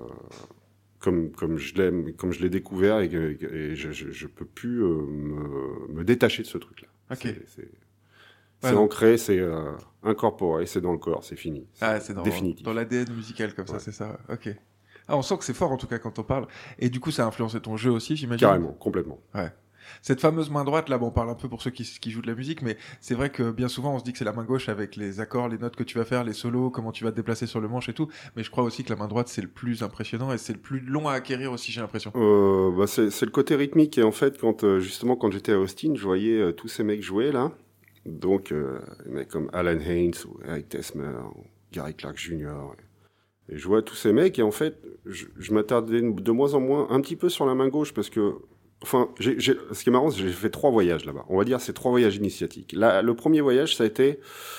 comme, comme, je l'aime, comme je l'ai découvert et, et je, je, je peux plus euh, me, me détacher de ce truc-là. Ok. C'est, c'est, Ouais, c'est donc- ancré, c'est euh, incorporé, c'est dans le corps, c'est fini. Ah, c'est dans, définitif. dans l'A D N musical comme ça, Ouais. c'est ça. Ok. Ah, on sent que c'est fort en tout cas quand on parle. Et du coup, ça a influencé ton jeu aussi, j'imagine. Carrément, complètement. Cette fameuse main droite, là, bon, on parle un peu pour ceux qui, qui jouent de la musique, mais c'est vrai que bien souvent, on se dit que c'est la main gauche avec les accords, les notes que tu vas faire, les solos, comment tu vas te déplacer sur le manche et tout. Mais je crois aussi que la main droite, c'est le plus impressionnant et c'est le plus long à acquérir aussi, j'ai l'impression. Euh, bah c'est, c'est le côté rythmique. Et en fait, quand, euh, justement, quand j'étais à Austin, je voyais euh, tous ces mecs jouer, là. Donc, euh, des mecs comme Alan Haynes, ou Eric Tesmer, ou Gary Clark junior Et, et je vois tous ces mecs, et en fait, je, je m'attardais de moins en moins un petit peu sur la main gauche, parce que, enfin, j'ai, j'ai, ce qui est marrant, c'est que j'ai fait trois voyages là-bas. On va dire, c'est trois voyages initiatiques. Là, le premier voyage, ça a été,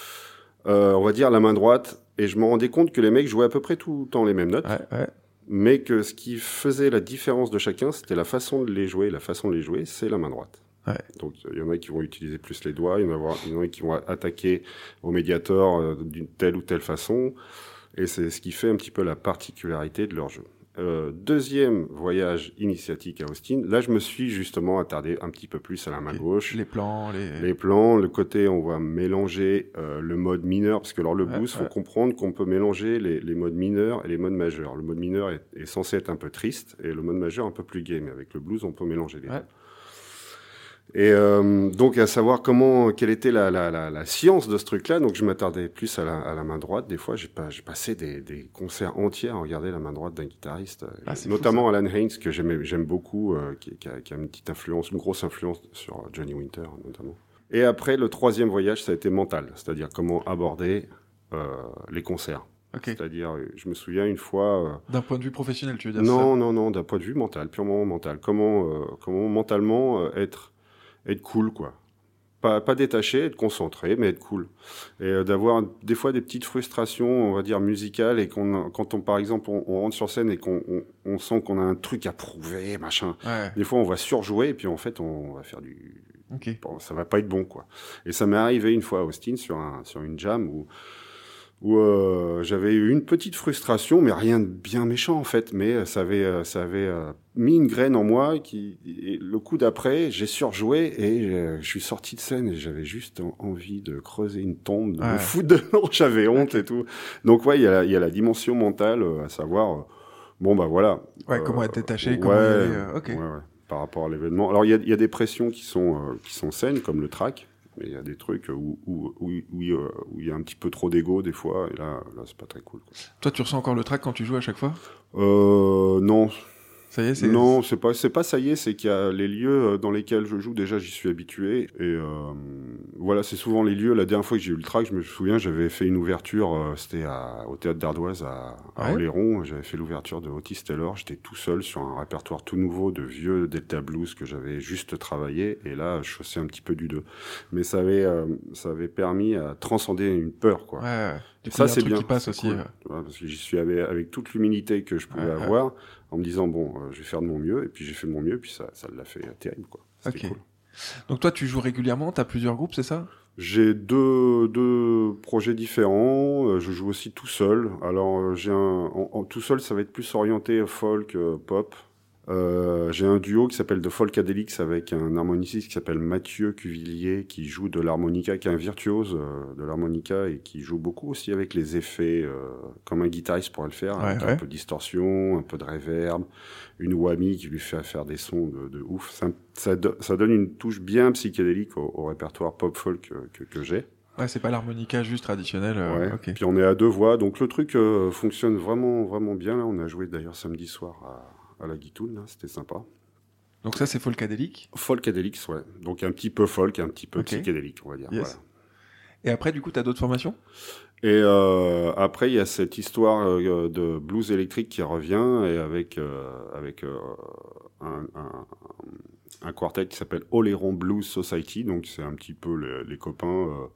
euh, on va dire, la main droite, et je me rendais compte que les mecs jouaient à peu près tout le temps les mêmes notes. Ouais, ouais. Mais que ce qui faisait la différence de chacun, c'était la façon de les jouer. La façon de les jouer, c'est la main droite. Ouais. Donc, il y en a qui vont utiliser plus les doigts, il y en a, il y en a qui vont attaquer au médiator euh, d'une telle ou telle façon. Et c'est ce qui fait un petit peu la particularité de leur jeu. Euh, deuxième voyage initiatique à Austin, là, je me suis justement attardé un petit peu plus à la main Ok. gauche. Les plans, les... Les plans, le côté, on va mélanger euh, le mode mineur, parce que alors le Ouais, blues, faut ouais. comprendre qu'on peut mélanger les, les modes mineurs et les modes majeurs. Le mode mineur est, est censé être un peu triste, et le mode majeur un peu plus gai, mais avec le blues, on peut mélanger les Ouais. deux. Et euh, donc, à savoir comment, quelle était la, la, la, la science de ce truc-là, donc je m'attardais plus à la, à la main droite. Des fois, j'ai, pas, j'ai passé des, des concerts entiers à regarder la main droite d'un guitariste, Ah, c'est notamment Alan Haynes, que j'aimais, j'aime beaucoup, euh, qui, qui, a, qui a une petite influence, une grosse influence sur Johnny Winter, notamment. Et après, le troisième voyage, ça a été mental, c'est-à-dire comment aborder euh, les concerts. Ok. C'est-à-dire, euh, je me souviens une fois... Euh, D'un point de vue professionnel, tu veux dire non, non, non, d'un point de vue mental, purement mental. Comment, euh, comment mentalement euh, être, être cool, quoi. Pas, pas détaché, être concentré, mais être cool. Et euh, d'avoir des fois des petites frustrations, on va dire, musicales, et qu'on, quand on, par exemple, on, on rentre sur scène et qu'on on, on sent qu'on a un truc à prouver, machin. ça Ouais, Des fois, on va surjouer, et puis en fait, on va faire du... ok. Bon, ça va pas être bon, quoi. Et ça m'est arrivé une fois à Austin, sur, un, sur une jam, où... où euh, j'avais eu une petite frustration, mais rien de bien méchant en fait, mais ça avait, euh, ça avait euh, mis une graine en moi, qui, et le coup d'après, j'ai surjoué et euh, je suis sorti de scène et j'avais juste en- envie de creuser une tombe, de Ouais. me foutre dedans, j'avais honte et tout. Donc ouais, il y, a la- il y a la dimension mentale, euh, à savoir, euh, bon bah voilà. Ouais, Euh, comment être détaché, ouais, comment y aller, euh, ok. ouais, ouais, par rapport à l'événement. Alors il y a, il y a des pressions qui sont, euh, qui sont saines, comme le track. Mais il y a des trucs où où où où il euh, où il y a un petit peu trop d'ego des fois, et là, là c'est pas très cool, quoi. Toi, tu ressens encore le track quand tu joues à chaque fois Euh, non, Ça y est, c'est... non, c'est pas, c'est pas ça y est, c'est qu'il y a les lieux dans lesquels je joue, déjà j'y suis habitué, et euh, voilà, c'est souvent les lieux. La dernière fois que j'ai eu le track, je me souviens, j'avais fait une ouverture, euh, c'était à, au Théâtre d'Ardoise à, à Ouais. Oléron, j'avais fait l'ouverture de Otis Taylor, j'étais tout seul sur un répertoire tout nouveau de vieux Delta Blues que j'avais juste travaillé, et là, je faisais un petit peu du deux. Mais ça avait, euh, ça avait permis à transcender une peur, quoi. Ouais, ouais. Du coup, Ça, il y a un c'est truc bien. qui passe c'est aussi. cool. euh. Tu vois, parce que j'y suis avec, avec toute l'humilité que je pouvais Ouais, ouais. avoir, en me disant, bon, euh, je vais faire de mon mieux, et puis j'ai fait de mon mieux, et puis ça, ça l'a fait euh, terrible, quoi. C'était Ok. cool. Donc toi, tu joues régulièrement, t'as plusieurs groupes, c'est ça? J'ai deux, deux projets différents. euh, Je joue aussi tout seul. Alors, euh, j'ai un, en, en- tout seul, ça va être plus orienté folk, euh, pop. Euh, j'ai un duo qui s'appelle The Folkadelix avec un harmoniciste qui s'appelle Mathieu Cuvillier qui joue de l'harmonica, qui est un virtuose euh, de l'harmonica et qui joue beaucoup aussi avec les effets, euh, comme un guitariste pourrait le faire, Ouais, avec ouais. un peu de distorsion, un peu de reverb, une whammy qui lui fait faire des sons de, de ouf. Ça, ça, do- ça donne une touche bien psychédélique au, au répertoire pop-folk que, que, que j'ai. Ouais, c'est pas l'harmonica juste traditionnel. euh, Ouais. Ok. Puis on est à deux voix, donc le truc euh, fonctionne vraiment, vraiment bien. Là, on a joué d'ailleurs samedi soir à, à la Guitoune, là, c'était sympa. Donc ça, c'est Folkadelic. Folkadelix, ouais. Donc un petit peu folk, un petit peu Ok. psychédélique, on va dire. Yes. Voilà. Et après, du coup, t'as d'autres formations? Et euh, après, il y a cette histoire euh, de blues électrique qui revient, et avec, euh, avec euh, un, un, un quartet qui s'appelle Oléron Blues Society. Donc, c'est un petit peu les, les copains. Euh,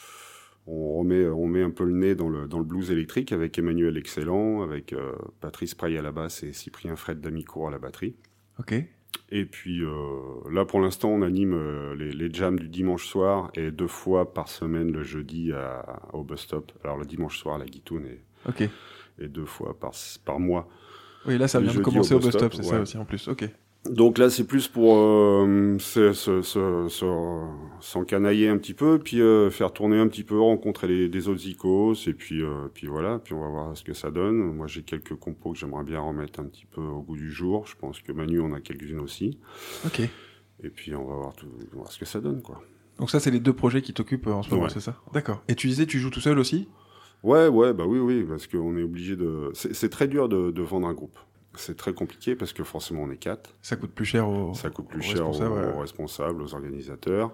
on, remet, on met un peu le nez dans le, dans le blues électrique avec Emmanuel Excellent, avec euh, Patrice Prey à la basse et Cyprien Fred d'Amicourt à la batterie. Ok. Et puis euh, là, pour l'instant, on anime euh, les, les jams du dimanche soir et deux fois par semaine le jeudi à, au bus stop. Alors le dimanche soir, la guitoune est, Ok. et deux fois par, par mois. Oui, là, ça Le vient de jeudi commencer au au bus stop, bus-stop, c'est ça ouais. aussi en plus. Ok. Donc là, c'est plus pour euh, c'est- se- se- se- s'encanailler un petit peu, puis euh, faire tourner un petit peu, rencontrer les, des autres icos, et puis, euh, puis voilà, puis on va voir ce que ça donne. Moi, j'ai quelques compos que j'aimerais bien remettre un petit peu au goût du jour. Je pense que Manu en a quelques-unes aussi. Ok. Et puis on va voir, tout, on va voir ce que ça donne, quoi. Donc ça, c'est les deux projets qui t'occupent euh, en ce moment, Ouais. c'est ça? D'accord. Et tu disais, tu joues tout seul aussi? Ouais, ouais, bah oui, oui, parce qu'on est obligé de... C'est c'est très dur de, de vendre un groupe. C'est très compliqué parce que forcément on est quatre. Ça coûte plus cher aux, Ça coûte plus aux cher aux, responsables, ouais. aux responsables, aux organisateurs.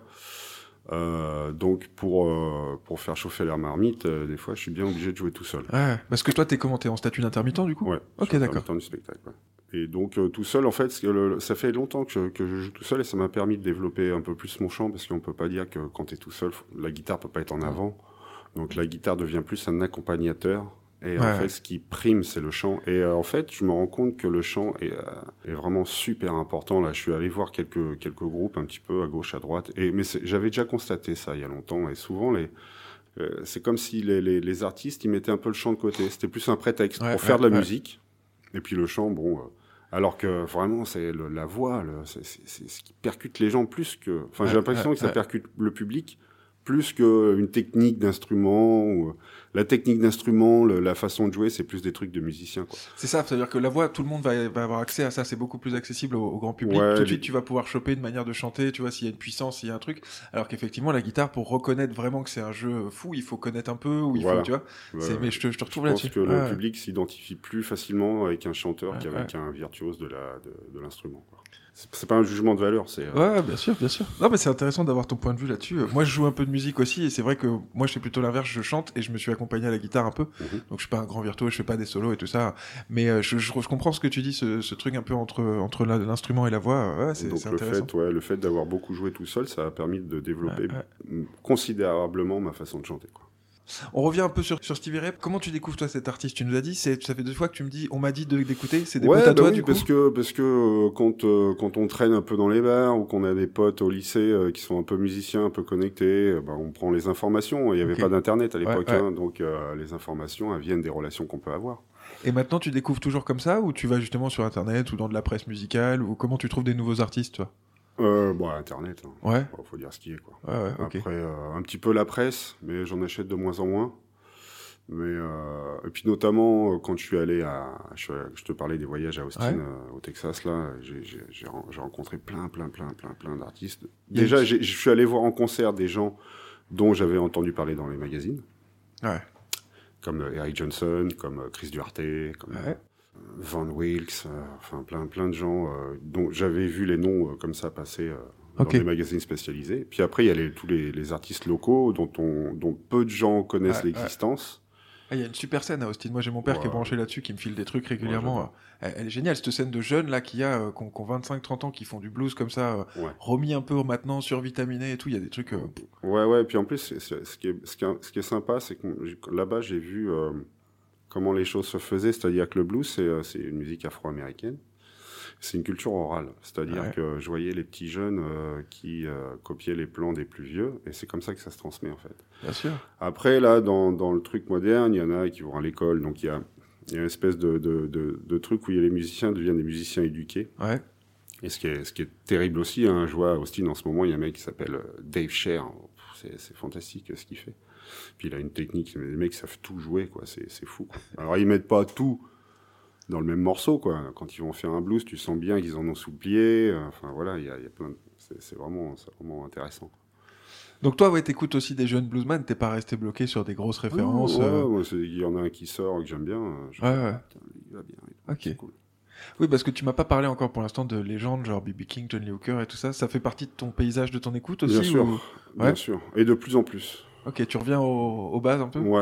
Euh, donc pour, euh, pour faire chauffer leur marmite, euh, des fois je suis bien obligé de jouer tout seul. Ouais, parce que toi, t'es comment? T'es en statut d'intermittent, du coup? Ouais. Ok, je suis d'accord. intermittent du spectacle. Ouais. Et donc euh, tout seul, en fait, c'est que le- ça fait longtemps que je, que je joue tout seul et ça m'a permis de développer un peu plus mon chant parce qu'on peut pas dire que quand t'es tout seul, faut- la guitare peut pas être en avant. Donc la guitare devient plus un accompagnateur. Et Ouais, en ouais. fait, ce qui prime, c'est le chant. Et euh, en fait, je me rends compte que le chant est, euh, est vraiment super important. Là, je suis allé voir quelques quelques groupes un petit peu à gauche, à droite. Et mais c'est- j'avais déjà constaté ça il y a longtemps. Et souvent, les euh, c'est comme si les, les les artistes, ils mettaient un peu le chant de côté. C'était plus un prétexte Ouais, pour faire ouais, de la ouais. musique. Et puis le chant, bon. euh, alors que vraiment, c'est le- la voix, le- c'est c'est- c'est ce qui percute les gens plus que. Enfin, Ouais, j'ai l'impression ouais, que ça ouais. percute le public plus qu'une technique d'instrument. Ou... La technique d'instrument, le- la façon de jouer, c'est plus des trucs de musiciens, quoi. C'est ça, c'est-à-dire que la voix, tout le monde va, va avoir accès à ça, c'est beaucoup plus accessible au, au grand public. Ouais, Tout de les- suite, tu vas pouvoir choper une manière de chanter, tu vois, s'il y a une puissance, s'il y a un truc. Alors qu'effectivement, la guitare, pour reconnaître vraiment que c'est un jeu fou, il faut connaître un peu, ou il Voilà. faut, tu vois. C'est- Ouais, mais je te, je te je retrouve pense là-dessus. que le Ouais. public s'identifie plus facilement avec un chanteur Ouais, qu'avec un virtuose de la de, de l'instrument, quoi. C'est c'est pas un jugement de valeur, c'est. euh, Ouais, bien sûr, bien sûr. Non, mais c'est intéressant d'avoir ton point de vue là-dessus. Euh, Moi, je joue un peu de musique aussi, et c'est vrai que moi, je fais plutôt l'inverse, je chante, et je me suis accompagné à la guitare un peu. Mhm. Donc, je suis pas un grand virtuose, je fais pas des solos et tout ça. Mais euh, je, je, je comprends ce que tu dis, ce, ce truc un peu entre, entre la- l'instrument et la voix. euh, Ouais, c'est Donc c'est le intéressant. fait, ouais, le fait d'avoir beaucoup joué tout seul, ça a permis de développer Ouais, ouais. m- considérablement ma façon de chanter, quoi. On revient un peu sur, sur Stevie Ray. Comment tu découvres, toi, cet artiste? Tu nous as dit, c'est, ça fait deux fois que tu me dis, on m'a dit de- d'écouter, c'est des Ouais, potes à bah toi, oui, du coup? parce que parce que euh, quand euh, quand on traîne un peu dans les bars ou qu'on a des potes au lycée euh, qui sont un peu musiciens, un peu connectés, euh, bah, on prend les informations. Il n'y avait Ok. pas d'internet à Ouais, l'époque, ouais. hein, donc euh, les informations elles viennent des relations qu'on peut avoir. Et maintenant, tu découvres toujours comme ça, ou tu vas justement sur Internet, ou dans de la presse musicale, ou comment tu trouves des nouveaux artistes, toi? Euh, bon, internet, hein. Ouais, Bon, faut dire ce qui est, quoi. ouais, ouais, ok. Après, euh, un petit peu la presse, mais j'en achète de moins en moins. Mais euh, et puis notamment euh, quand je suis allé à, je, suis allé- je te parlais des voyages à Austin, Ouais. euh, au Texas, là, j'ai j'ai- j'ai ren- j'ai rencontré plein, plein, plein, plein, plein d'artistes. Il y a Déjà, une- j'ai- je suis allé voir en concert des gens dont j'avais entendu parler dans les magazines, Ouais. comme euh, Eric Johnson, comme euh, Chris Duarte, comme Ouais. euh, Van Wilkes, euh, enfin plein, plein de gens euh, dont j'avais vu les noms euh, comme ça passer euh, dans Ok. des magazines spécialisés. Puis après, il y a les, tous les, les artistes locaux dont, on, dont peu de gens connaissent Ouais, l'existence. Ah, il y a une super scène à Austin. Moi, j'ai mon père qui est Ouais. branché là-dessus, qui me file des trucs régulièrement. Ouais, elle, elle est géniale, cette scène de jeunes là qu'il y a, euh, qui ont, qui ont vingt-cinq trente ans, qui font du blues comme ça, euh, Ouais. remis un peu maintenant, survitaminé et tout. Il y a des trucs. euh, Ouais, ouais, et puis en plus, c'est- c'est- ce, qui est, ce, qui est, ce qui est sympa, c'est que là-bas, j'ai vu euh, comment les choses se faisaient, c'est-à-dire que le blues, c'est euh, c'est une musique afro-américaine. C'est une culture orale, c'est-à-dire Ouais. que je voyais les petits jeunes euh, qui euh, copiaient les plans des plus vieux, et c'est comme ça que ça se transmet, en fait. Bien sûr. Après, là, dans, dans le truc moderne, il y en a qui vont à l'école, donc il y a, il y a une espèce de, de, de, de truc où il y a les musiciens deviennent des musiciens éduqués. Ouais. Et ce qui est, ce qui est terrible aussi, hein, je vois à Austin en ce moment, il y a un mec qui s'appelle euh, Dave Scher. C'est, c'est fantastique ce qu'il fait. Puis il a une technique, les mecs savent tout jouer, quoi. C'est, c'est fou, quoi. Alors ils mettent pas tout dans le même morceau, quoi. Quand ils vont faire un blues, tu sens bien qu'ils en ont sous le pied. Enfin voilà, il y a, il y a plein de... c'est, c'est vraiment, c'est vraiment intéressant. Donc toi, ouais, t'écoutes aussi des jeunes bluesman, t'es pas resté bloqué sur des grosses références. Ouais, euh, ouais, moi, c'est- il y en a un qui sort que j'aime bien. euh, Je Ouais, me dis, ouais. putain, lui, il va bien. Ok. C'est cool. Oui, parce que tu m'as pas parlé encore pour l'instant de légendes, genre B B King, John Lee Hooker et tout ça. Ça fait partie de ton paysage, de ton écoute aussi Bien sûr, ou- bien Ouais. sûr. Et de plus en plus. Ok, tu reviens au, aux bases un peu. Ouais,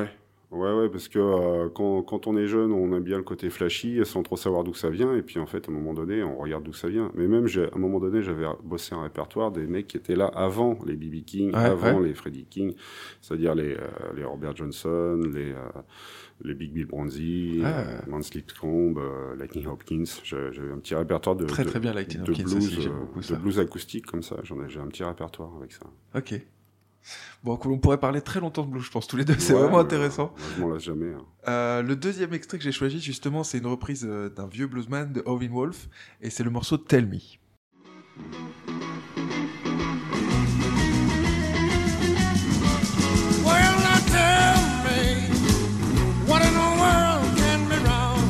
Ouais, ouais, parce que euh, quand, quand on est jeune, on aime bien le côté flashy sans trop savoir d'où ça vient. Et puis en fait, à un moment donné, on regarde d'où ça vient. Mais même, j'ai, à un moment donné, j'avais bossé un répertoire des mecs qui étaient là avant les B B King, Ouais, avant ouais. les Freddie King, c'est-à-dire les, euh, les Robert Johnson, les, euh, les Big Bill Bronzy, Ah. euh, Lance Lipscomb, euh, Lightning Hopkins. J'avais, j'avais un petit répertoire de, Très, de, très bien, Lightning de Hopkins blues, aussi, j'aime euh, beaucoup de ça. blues acoustique comme ça. J'en ai, j'ai un petit répertoire avec ça. Ok. Bon, on pourrait parler très longtemps de blues, je pense, tous les deux. C'est Ouais, vraiment mais, intéressant. euh, moi, je m'en lasse jamais. Hein. Euh, le deuxième extrait que j'ai choisi, justement, c'est une reprise euh, d'un vieux bluesman de Howlin' Wolf, et c'est le morceau Tell Me. Well, now tell me, what in the world can be wrong?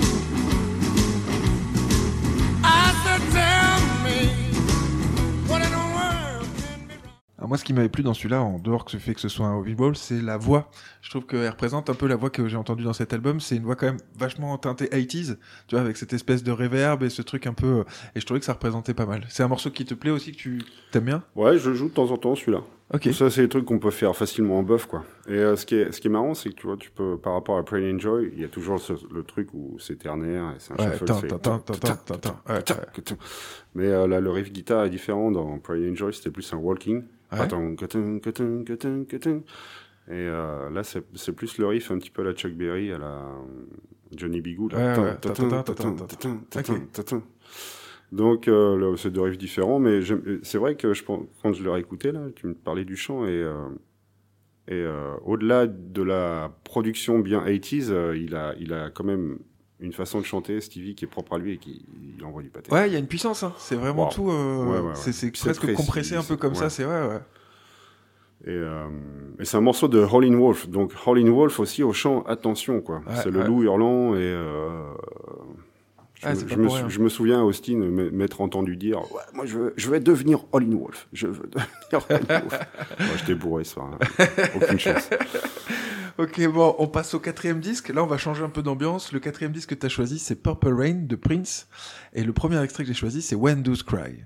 I said, tell me, what in the world can be wrong? Alors moi, ce qui m'avait plu dans celui-là, en dehors que ce fait que ce soit un Howlin' Wolf, c'est la voix. Je trouve qu'elle représente un peu la voix que j'ai entendue dans cet album. C'est une voix quand même vachement teintée eighties, tu vois, avec cette espèce de reverb et ce truc un peu... Et je trouvais que ça représentait pas mal. C'est un morceau qui te plaît aussi, que tu t'aimes bien? Ouais, je joue de temps en temps celui-là. Ok. Ça, c'est des trucs qu'on peut faire facilement en buff, quoi. Et euh, ce, qui est, ce qui est marrant, c'est que tu vois, tu peux, par rapport à Pray and Enjoy, il y a toujours ce- le truc où c'est ternaire et c'est un Ouais, shuffle. tin, c'est- tin, tin, tin, tin, tin, tin. Ouais, ouais. Mais euh, là, le riff guitare est différent. Dans Pray and Enjoy, c'était plus un walking. Ouais. Patang, katung, katung, katung, katung. Et euh, là, c'est, c'est plus le riff un petit peu à la Chuck Berry, à la euh, Johnny B. Goode. Ouais, Tin, ouais. tatin, Tatin, tatin, tatin, tatin. tatin, tatin, Ok. tatin. Donc, euh, là, c'est deux riffs différents, mais j'aime- c'est vrai que je pense, quand je l'ai écouté, là, tu me parlais du chant, et, euh, et euh, au-delà de la production bien eighties, euh, il, a, il a quand même une façon de chanter, Stevie, qui est propre à lui et qui il envoie du pâté. Ouais, il y a une puissance, hein. C'est vraiment Wow. tout... euh, Ouais, ouais, ouais. C'est, c'est C'est presque précis, compressé un peu c'est- comme ouais. ça, c'est ouais, ouais. Et, euh, et c'est un morceau de Howlin' Wolf. Donc Howlin' Wolf aussi au chant, attention, quoi. Ouais, c'est le ouais. loup hurlant et... Euh, je, Ah, me, c'est pas je, me, pour rien. sou- je me souviens à Austin m- m'être entendu dire ouais, moi je veux, je veux devenir Howlin' Wolf. Je veux devenir Howlin' Wolf. Moi j'étais bourré ce soir. Hein. Aucune chance. Ok, bon, on passe au quatrième disque. Là, on va changer un peu d'ambiance. Le quatrième disque que tu as choisi, c'est Purple Rain de Prince. Et le premier extrait que j'ai choisi, c'est When Doves Cry.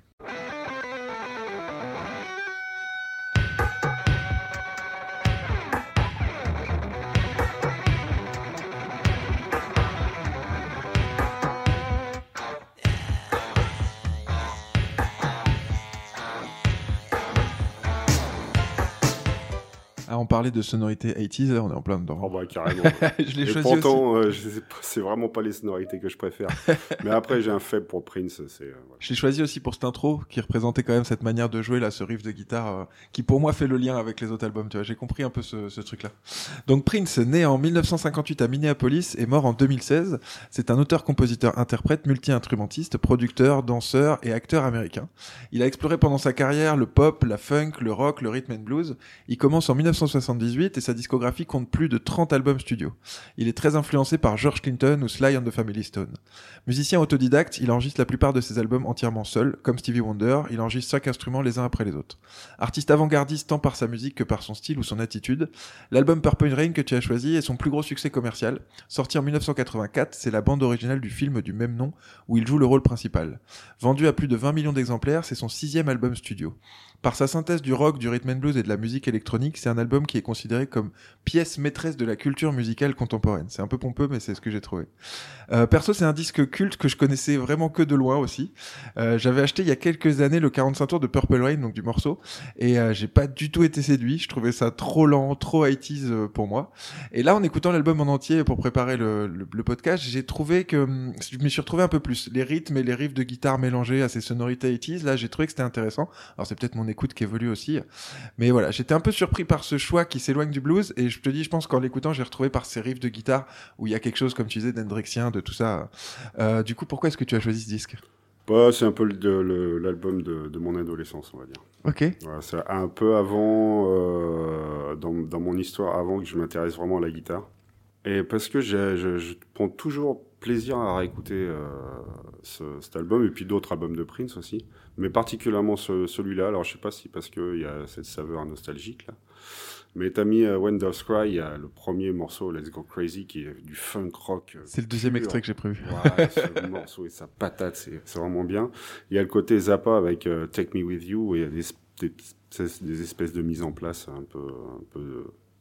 Ah, on parlait de sonorité eighties, là, on est en plein dedans. Oh bah carrément. Je l'ai Et choisi aussi. pourtant, euh, je sais pas, c'est vraiment pas les sonorités que je préfère. Mais après, j'ai un faible pour Prince. C'est, euh, voilà. Je l'ai choisi aussi pour cette intro, qui représentait quand même cette manière de jouer, là, ce riff de guitare, euh, qui pour moi fait le lien avec les autres albums, tu vois. J'ai compris un peu ce, ce truc-là. Donc Prince, né en dix-neuf cent cinquante-huit à Minneapolis et mort en deux mille seize, c'est un auteur, compositeur, interprète, multi-instrumentiste, producteur, danseur et acteur américain. Il a exploré pendant sa carrière le pop, la funk, le rock, le rhythm and blues. Il commence en dix-neuf cent soixante-dix-huit et sa discographie compte plus de trente albums studio. Il est très influencé par George Clinton ou Sly and the Family Stone. Musicien autodidacte, il enregistre la plupart de ses albums entièrement seul, comme Stevie Wonder, il enregistre chaque instrument les uns après les autres. Artiste avant-gardiste tant par sa musique que par son style ou son attitude, l'album Purple Rain que tu as choisi est son plus gros succès commercial. Sorti en dix-neuf cent quatre-vingt-quatre, c'est la bande originale du film du même nom où il joue le rôle principal. Vendu à plus de vingt millions d'exemplaires, c'est son sixième album studio. Par sa synthèse du rock, du rhythm and blues et de la musique électronique, c'est un album qui est considéré comme pièce maîtresse de la culture musicale contemporaine. C'est un peu pompeux, mais c'est ce que j'ai trouvé. Euh, perso, c'est un disque culte que je connaissais vraiment que de loin aussi. Euh, j'avais acheté il y a quelques années le quarante-cinq tours de Purple Rain, donc du morceau, et euh, j'ai pas du tout été séduit. Je trouvais ça trop lent, trop eighties euh, pour moi. Et là, en écoutant l'album en entier pour préparer le, le, le podcast, j'ai trouvé que hum, je me suis retrouvé un peu plus. Les rythmes et les riffs de guitare mélangés à ces sonorités eighties, là, j'ai trouvé que c'était intéressant. Alors c'est peut-être mon écoute qui évolue aussi, mais voilà, j'étais un peu surpris par ce choix qui s'éloigne du blues, et je te dis, je pense qu'en l'écoutant, j'ai retrouvé par ces riffs de guitare où il y a quelque chose, comme tu disais, d'Hendrixien, de tout ça. Euh, du coup, pourquoi est-ce que tu as choisi ce disque ? Bah, c'est un peu le, de- le- l'album de, de mon adolescence, on va dire. Ok. Voilà, c'est un peu avant, euh, dans, dans mon histoire, avant que je m'intéresse vraiment à la guitare. Et parce que j'ai, je, je prends toujours plaisir à réécouter euh, ce, cet album, et puis d'autres albums de Prince aussi, mais particulièrement ce, celui-là. Alors je sais pas si parce qu'il y a cette saveur nostalgique là, mais t'as mis euh, When Doves Cry, il y a le premier morceau Let's Go Crazy qui est du funk rock. euh, C'est le deuxième pur. extrait que j'ai prévu. Ouais, ce morceau et sa patate, c'est, c'est vraiment bien. Il y a le côté Zappa avec euh, Take Me With You, et il y a des, des, des espèces de mise en place un peu, un peu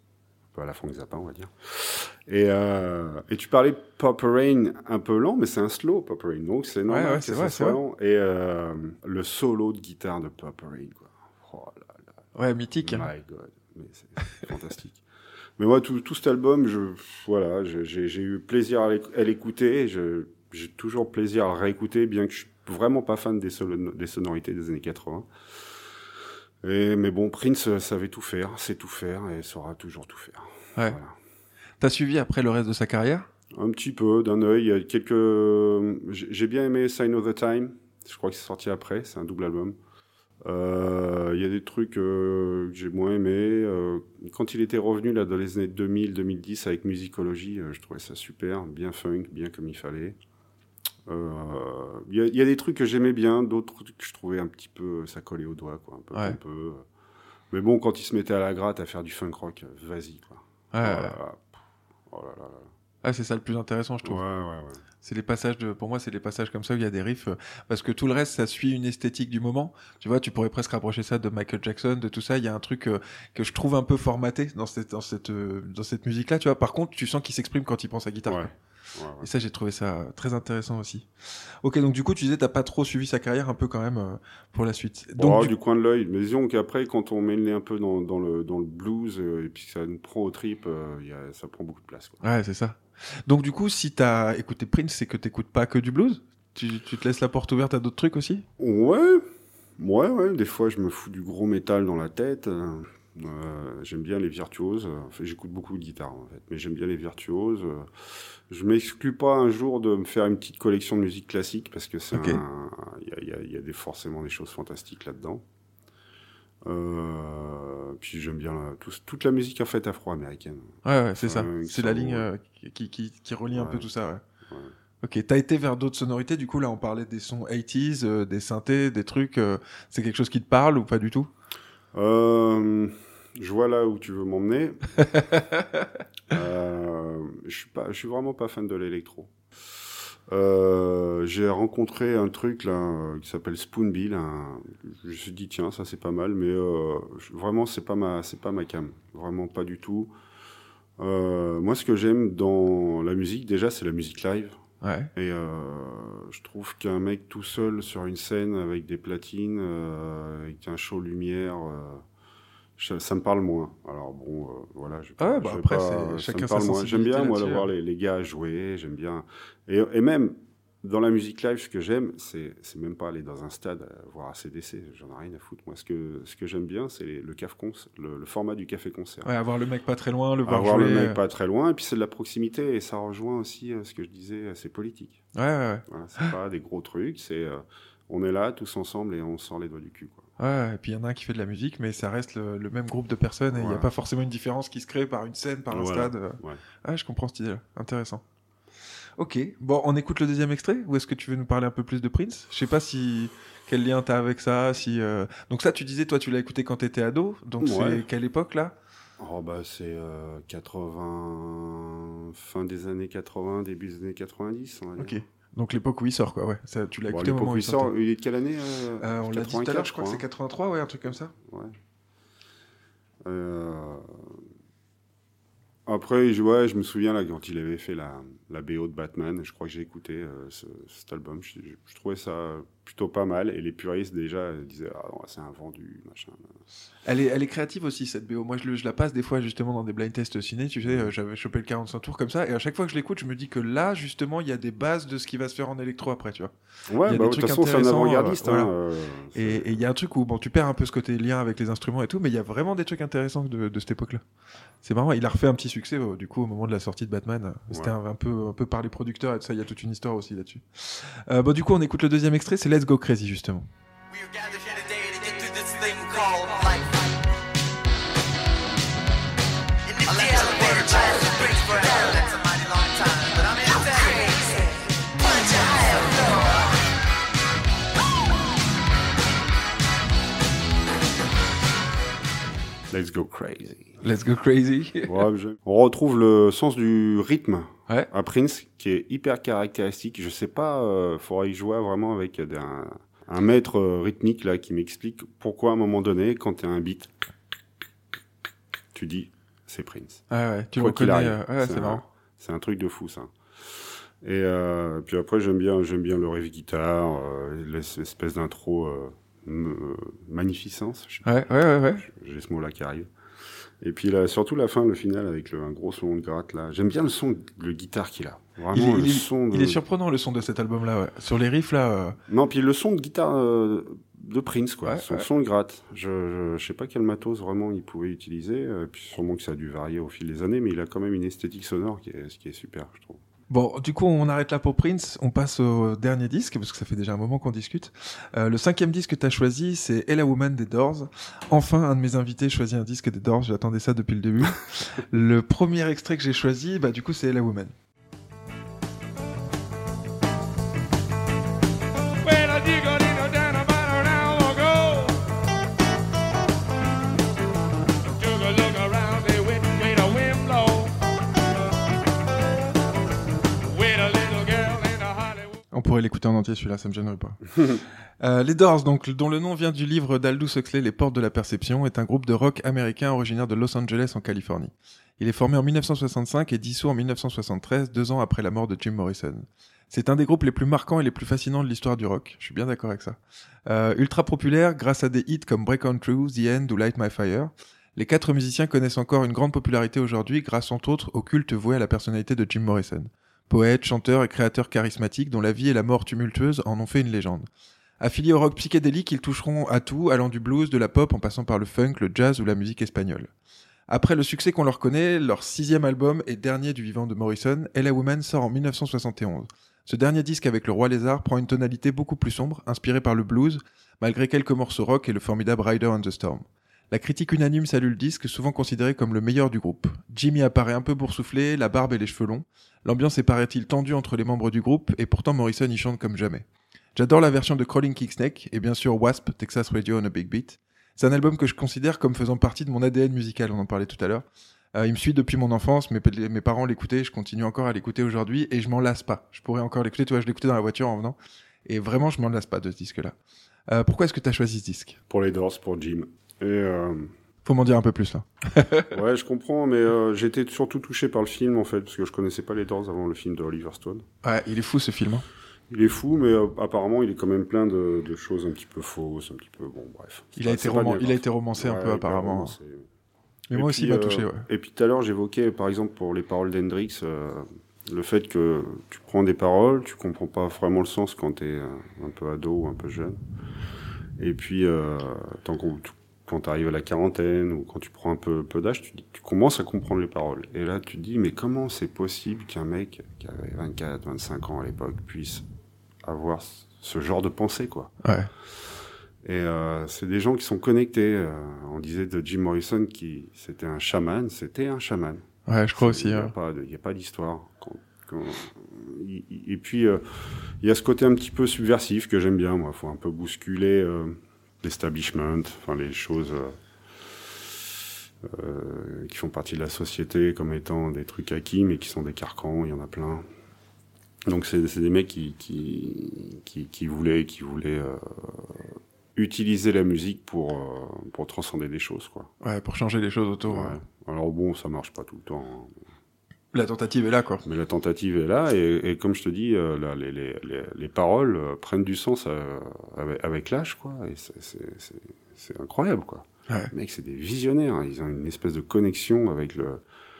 peu à la Frank Zappa, on va dire. Et, euh, et tu parlais de Purple Rain un peu lent, mais c'est un slow Purple Rain, donc c'est normal Ouais, ouais, que c'est ça vrai, soit c'est lent. Et euh, le solo de guitare de Purple Rain, quoi. Oh là là. Ouais, mythique. My God, mais c'est, c'est fantastique. Mais moi, tout, tout cet album, je, voilà, je, j'ai, j'ai eu plaisir à, à l'écouter. Je, j'ai toujours plaisir à le réécouter, bien que je suis vraiment pas fan des, solo, des sonorités des années quatre-vingts. Et, mais bon, Prince savait tout faire, sait tout faire et saura toujours tout faire. Ouais. Voilà. T'as suivi après le reste de sa carrière ? Un petit peu, d'un œil. Il y a quelques. J'ai bien aimé Sign of the Time. Je crois que c'est sorti après. C'est un double album. Euh, il y a des trucs euh, que j'ai moins aimé. Euh, quand il était revenu là dans les années deux mille deux mille dix avec Musicology, euh, je trouvais ça super, bien funk, bien comme il fallait. Euh, Il y, a, il y a des trucs que j'aimais bien, d'autres trucs que je trouvais un petit peu, ça collait au doigt, quoi, un peu, Ouais. un peu. Mais bon, quand il se mettait à la gratte à faire du funk rock, vas-y, quoi. Ouais, Oh ouais. là là. Oh là là là. Ah, c'est ça le plus intéressant, je Ouais, trouve. ouais, ouais. C'est les passages de, pour moi, c'est les passages comme ça où il y a des riffs, euh, parce que tout le reste, ça suit une esthétique du moment. Tu vois, tu pourrais presque rapprocher ça de Michael Jackson, de tout ça. Il y a un truc euh, que je trouve un peu formaté dans cette, dans cette, euh, dans cette musique-là. Tu vois, par contre, tu sens qu'il s'exprime quand il prend sa guitare. Ouais. quoi. Ouais, ouais. Et ça, j'ai trouvé ça très intéressant aussi. Ok, donc du coup, tu disais, t'as pas trop suivi sa carrière, un peu quand même euh, pour la suite. Donc, Oh, du... du coin de l'œil. Mais disons qu'après, quand on met le nez un peu dans, dans, le, dans le blues, euh, et puis que ça nous prend au trip, euh, y a, ça prend beaucoup de place, quoi. Ouais, c'est ça. Donc du coup, si t'as écouté Prince, c'est que t'écoutes pas que du blues. Tu, tu te laisses la porte ouverte à d'autres trucs aussi. Ouais, ouais, ouais. Des fois, je me fous du gros métal dans la tête. Euh, euh, j'aime bien les virtuoses. Enfin, j'écoute beaucoup de guitare, en fait. Mais j'aime bien les virtuoses. Euh, je m'exclus pas un jour de me faire une petite collection de musique classique, parce que c'est Ok. un... Il y a, y a, y a des, forcément des choses fantastiques là-dedans. Euh, puis j'aime bien la, tout, toute la musique en fait afro-américaine. Ouais, ouais, c'est ça. Funk, C'est la soul. ligne euh, qui, qui, qui relie un Ouais. peu tout ça, ouais. Ouais. Ok, t'as été vers d'autres sonorités, du coup, là, on parlait des sons eighties, euh, des synthés, des trucs. euh, c'est quelque chose qui te parle ou pas du tout? Euh, je vois là où tu veux m'emmener. euh, je suis pas, je suis vraiment pas fan de l'électro. Euh, j'ai rencontré un truc là euh, qui s'appelle Spoonbill. Un... Je me suis dit tiens ça c'est pas mal, mais euh, je- vraiment c'est pas ma, c'est pas ma cam, vraiment pas du tout. Euh, moi ce que j'aime dans la musique déjà c'est la musique live. Ouais. Et euh, je trouve qu'un mec tout seul sur une scène avec des platines, euh, avec un show lumière, euh, je- ça me parle moins. Alors bon, euh, voilà. Je, Ah ouais, bah je vais après, pas- c'est- ça chacun me sa parle moins. J'aime bien sensibilité moi de là-dessus, voir hein. les, les gars jouer. J'aime bien. Et, et même dans la musique live, ce que j'aime, c'est c'est même pas aller dans un stade euh, voir A C D C. J'en ai rien à foutre. Moi, ce que ce que j'aime bien, c'est les- le café concert, le, le format du café concert. Ouais, avoir le mec pas très loin, le voir Avoir jouer. le euh, mec pas très loin, et puis c'est de la proximité, et ça rejoint aussi euh, ce que je disais, euh, c'est politique. Ouais, ouais, ouais. Voilà, c'est pas des gros trucs, c'est euh, on est là tous ensemble et on sort les doigts du cul, quoi. Ouais, et puis il y en a un qui fait de la musique, mais ça reste le, le même groupe de personnes et il n'y a Voilà. pas forcément une différence qui se crée par une scène, par un Voilà. stade. euh. Ouais. Ah, je comprends cette idée-là. Intéressant. Ok. Bon, on écoute le deuxième extrait ou est-ce que tu veux nous parler un peu plus de Prince? Je sais pas si quel lien t'as avec ça. Si euh, donc ça, tu disais toi, tu l'as écouté quand t'étais ado. Donc Ouais. c'est quelle époque là? Oh bah c'est euh, quatre-vingts, fin des années quatre-vingts, début des années quatre-vingt-dix, on va dire. Ok. Donc l'époque où il sort quoi. Ouais. Ça, tu l'as Bon, à écouté au l'époque moment où où il il sortait. sort, il est de quelle année euh, Euh, on l'a dit tout à l'heure. quatre-vingt-quatre, Je crois que c'est quatre-vingt-trois, ouais, un truc comme ça. Ouais. Euh... Après, je, ouais, je me souviens là, quand il avait fait la, la B O de Batman, je crois que j'ai écouté euh, ce, cet album, je, je, je trouvais ça plutôt pas mal, et les puristes déjà disaient ah non, c'est un vendu, machin. Elle est, elle est créative aussi cette B O. Moi je, le- je la passe des fois justement dans des blind tests ciné. Tu sais, euh, j'avais chopé le quarante-cinq tours comme ça et à chaque fois que je l'écoute, je me dis que là justement il y a des bases de ce qui va se faire en électro après, tu vois. Il y Ouais, a bah, des de toute trucs façon, c'est un intéressants, avant-gardiste. euh, hein, voilà. euh, c'est- Et et il y a un truc où bon, tu perds un peu ce côté lien avec les instruments et tout, mais il y a vraiment des trucs intéressants de, de cette époque-là. C'est marrant. Il a refait un petit succès euh, du coup au moment de la sortie de Batman. C'était Ouais. un, un peu, un peu par les producteurs et tout ça. Il y a toute une histoire aussi là-dessus. Euh, bon, du coup, on écoute le deuxième extrait. C'est Let's Go Crazy justement. We are gathered here today to get through this thing called life. In the elevator, trying to bridge forever. That's a mighty long time, but I'm here to tell you. Punch a higher floor. Let's go crazy. Let's Go Crazy. Ouais, je- On retrouve le sens du rythme Ouais. à Prince, qui est hyper caractéristique. Je sais pas, euh, faudrait que je vois vraiment avec un, un maître euh, rythmique là qui m'explique pourquoi à un moment donné, quand tu as un beat, tu dis c'est Prince. Ah ouais, tu Quoi le qu'il reconnais. arrive. euh, Ouais, C'est c'est un- marrant. C'est un truc de fou, ça. Et euh, puis après, j'aime bien, j'aime bien le riff guitare, euh, l'espèce d'intro euh, m- euh, magnificence. Je sais pas, Ouais, ouais, ouais, ouais. j'ai ce mot-là qui arrive. Et puis là, surtout la fin, le final, avec le, un gros son de gratte, là. J'aime bien le son, le guitare qu'il a. Vraiment, Il est, le il est- son de... il est surprenant le son de cet album-là. Ouais. Sur les riffs là. euh, Non, puis le son de guitare euh, de Prince, quoi. Ouais, Son ouais. son de gratte. Je, je, je sais pas quel matos vraiment il pouvait utiliser. euh, puis sûrement que ça a dû varier au fil des années, mais il a quand même une esthétique sonore qui est, ce qui est super, je trouve. Bon, du coup, on arrête là pour Prince. On passe au dernier disque, parce que ça fait déjà un moment qu'on discute. Euh, le cinquième disque que tu as choisi, c'est Ella Woman des Doors. Enfin, un de mes invités choisit un disque des Doors. J'attendais ça depuis le début. Le premier extrait que j'ai choisi, bah, du coup, c'est Ella Woman. Well, I dig a little down about an hour ago. Took a look around the which way the wind blow. With a little girl in a Hollywood. On pourrait l'écouter en entier, celui-là, ça me gênerait pas. Euh, les Doors, donc, dont le nom vient du livre d'Aldous Huxley, Les Portes de la Perception, est un groupe de rock américain originaire de Los Angeles en Californie. Il est formé en dix-neuf cent soixante-cinq et dissous en dix-neuf cent soixante-treize, deux ans après la mort de Jim Morrison. C'est un des groupes les plus marquants et les plus fascinants de l'histoire du rock. Je suis bien d'accord avec ça. Euh, ultra populaire grâce à des hits comme Break On Through, The End ou Light My Fire, les quatre musiciens connaissent encore une grande popularité aujourd'hui grâce entre autres au culte voué à la personnalité de Jim Morrison. Poète, chanteur et créateur charismatique dont la vie et la mort tumultueuse en ont fait une légende. Affiliés au rock psychédélique, ils toucheront à tout, allant du blues, de la pop en passant par le funk, le jazz ou la musique espagnole. Après le succès qu'on leur connaît, leur sixième album et dernier du vivant de Morrison, Ella Woman sort en dix-neuf cent soixante et onze. Ce dernier disque avec le Roi Lézard prend une tonalité beaucoup plus sombre, inspirée par le blues, malgré quelques morceaux rock et le formidable Rider on the Storm. La critique unanime salue le disque, souvent considéré comme le meilleur du groupe. Jimmy apparaît un peu boursouflé, la barbe et les cheveux longs. L'ambiance est paraît-il tendue entre les membres du groupe, et pourtant Morrison y chante comme jamais. J'adore la version de Crawling Kingsnake, et bien sûr Wasp, Texas Radio on a Big Beat. C'est un album que je considère comme faisant partie de mon A D N musical, on en parlait tout à l'heure. Euh, il me suit depuis mon enfance, mes, mes parents l'écoutaient, je continue encore à l'écouter aujourd'hui, et je m'en lasse pas. Je pourrais encore l'écouter, tu vois, je l'écoutais dans la voiture en venant, et vraiment je m'en lasse pas de ce disque-là. Euh, pourquoi est-ce que tu as choisi ce disque ? Pour les Doors, pour Jim. Et euh, Faut m'en dire un peu plus là. ouais, je comprends, mais euh, j'étais surtout touché par le film, en fait, parce que je connaissais pas les Doors avant le film de Oliver Stone. Ouais, il est fou ce film. Hein. Il est fou, mais euh, apparemment, il est quand même plein de, de choses un petit peu fausses, un petit peu... Bon, bref. Il a, Ouais, été, c'est pas roman... bien il a grave. été romancé un Ouais, peu hyper apparemment. romancé. Mais Et moi aussi, puis, il m'a euh, touché, ouais. Et puis tout à l'heure, j'évoquais, par exemple, pour les paroles d'Hendrix, euh, le fait que tu prends des paroles, tu comprends pas vraiment le sens quand t'es euh, un peu ado ou un peu jeune. Et puis, euh, tant qu'on... quand tu arrives à la quarantaine ou quand tu prends un peu, peu d'âge, tu, tu commences à comprendre les paroles. Et là, tu te dis, mais comment c'est possible qu'un mec qui avait vingt-quatre, vingt-cinq ans à l'époque puisse avoir ce genre de pensée, quoi. Ouais. Et euh, c'est des gens qui sont connectés. Euh, on disait de Jim Morrison qui c'était un chaman, c'était un chaman. Ouais, je crois aussi. Il n'y a, hein. pas de- il y a pas d'histoire. Quand- quand- il- il- et puis, euh, il y a ce côté un petit peu subversif que j'aime bien, moi. Il faut un peu bousculer euh, l'establishment, enfin les choses euh, euh, qui font partie de la société comme étant des trucs acquis, mais qui sont des carcans, il y en a plein. Donc c'est, c'est des mecs qui, qui, qui, qui voulaient, qui voulaient euh, utiliser la musique pour, euh, pour transcender des choses, quoi. Ouais, pour changer les choses autour. Ouais. ouais. Alors bon, ça marche pas tout le temps, hein. La tentative est là, quoi. Mais la tentative est là, et, et comme je te dis, euh, là, les, les, les, les paroles euh, prennent du sens euh, avec, avec l'âge, quoi. Et c'est, c'est, c'est, c'est incroyable, quoi. Ouais. Les mecs, c'est des visionnaires, hein. Ils ont une espèce de connexion avec le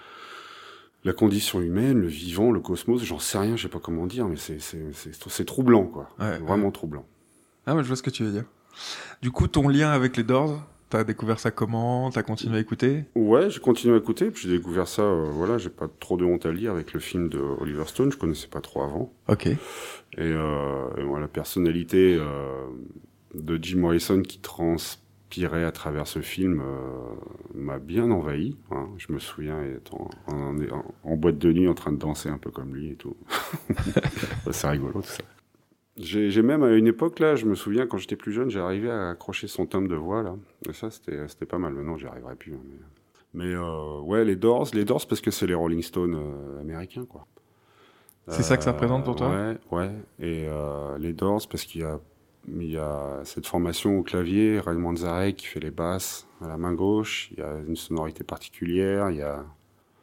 la condition humaine, le vivant, le cosmos. J'en sais rien, je sais pas comment dire, mais c'est c'est c'est, c'est troublant, quoi. Ouais, Vraiment ouais. troublant. Ah, mais je vois ce que tu veux dire. Du coup, ton lien avec les Doors, t'as découvert ça comment ? T'as continué à écouter ? Ouais, j'ai continué à écouter, puis j'ai découvert ça, euh, voilà, j'ai pas trop de honte à le dire, avec le film de Oliver Stone, je connaissais pas trop avant. Ok. Et, euh, et moi, la personnalité euh, de Jim Morrison qui transpirait à travers ce film euh, m'a bien envahi, hein. Je me souviens être en, en, en, en boîte de nuit en train de danser un peu comme lui et tout. C'est rigolo tout ça. J'ai, j'ai même à une époque là, je me souviens quand j'étais plus jeune, j'ai arrivé à accrocher son timbre de voix là. Et ça c'était c'était pas mal. Maintenant j'y arriverai plus. Hein, mais mais euh, ouais, les Doors, les Doors parce que c'est les Rolling Stones euh, américains, quoi. C'est euh, ça que ça représente pour toi ? Ouais, ouais. Et euh, les Doors parce qu'il y a il y a cette formation au clavier, Ray Manzarek qui fait les basses à la main gauche, il y a une sonorité particulière, il y a...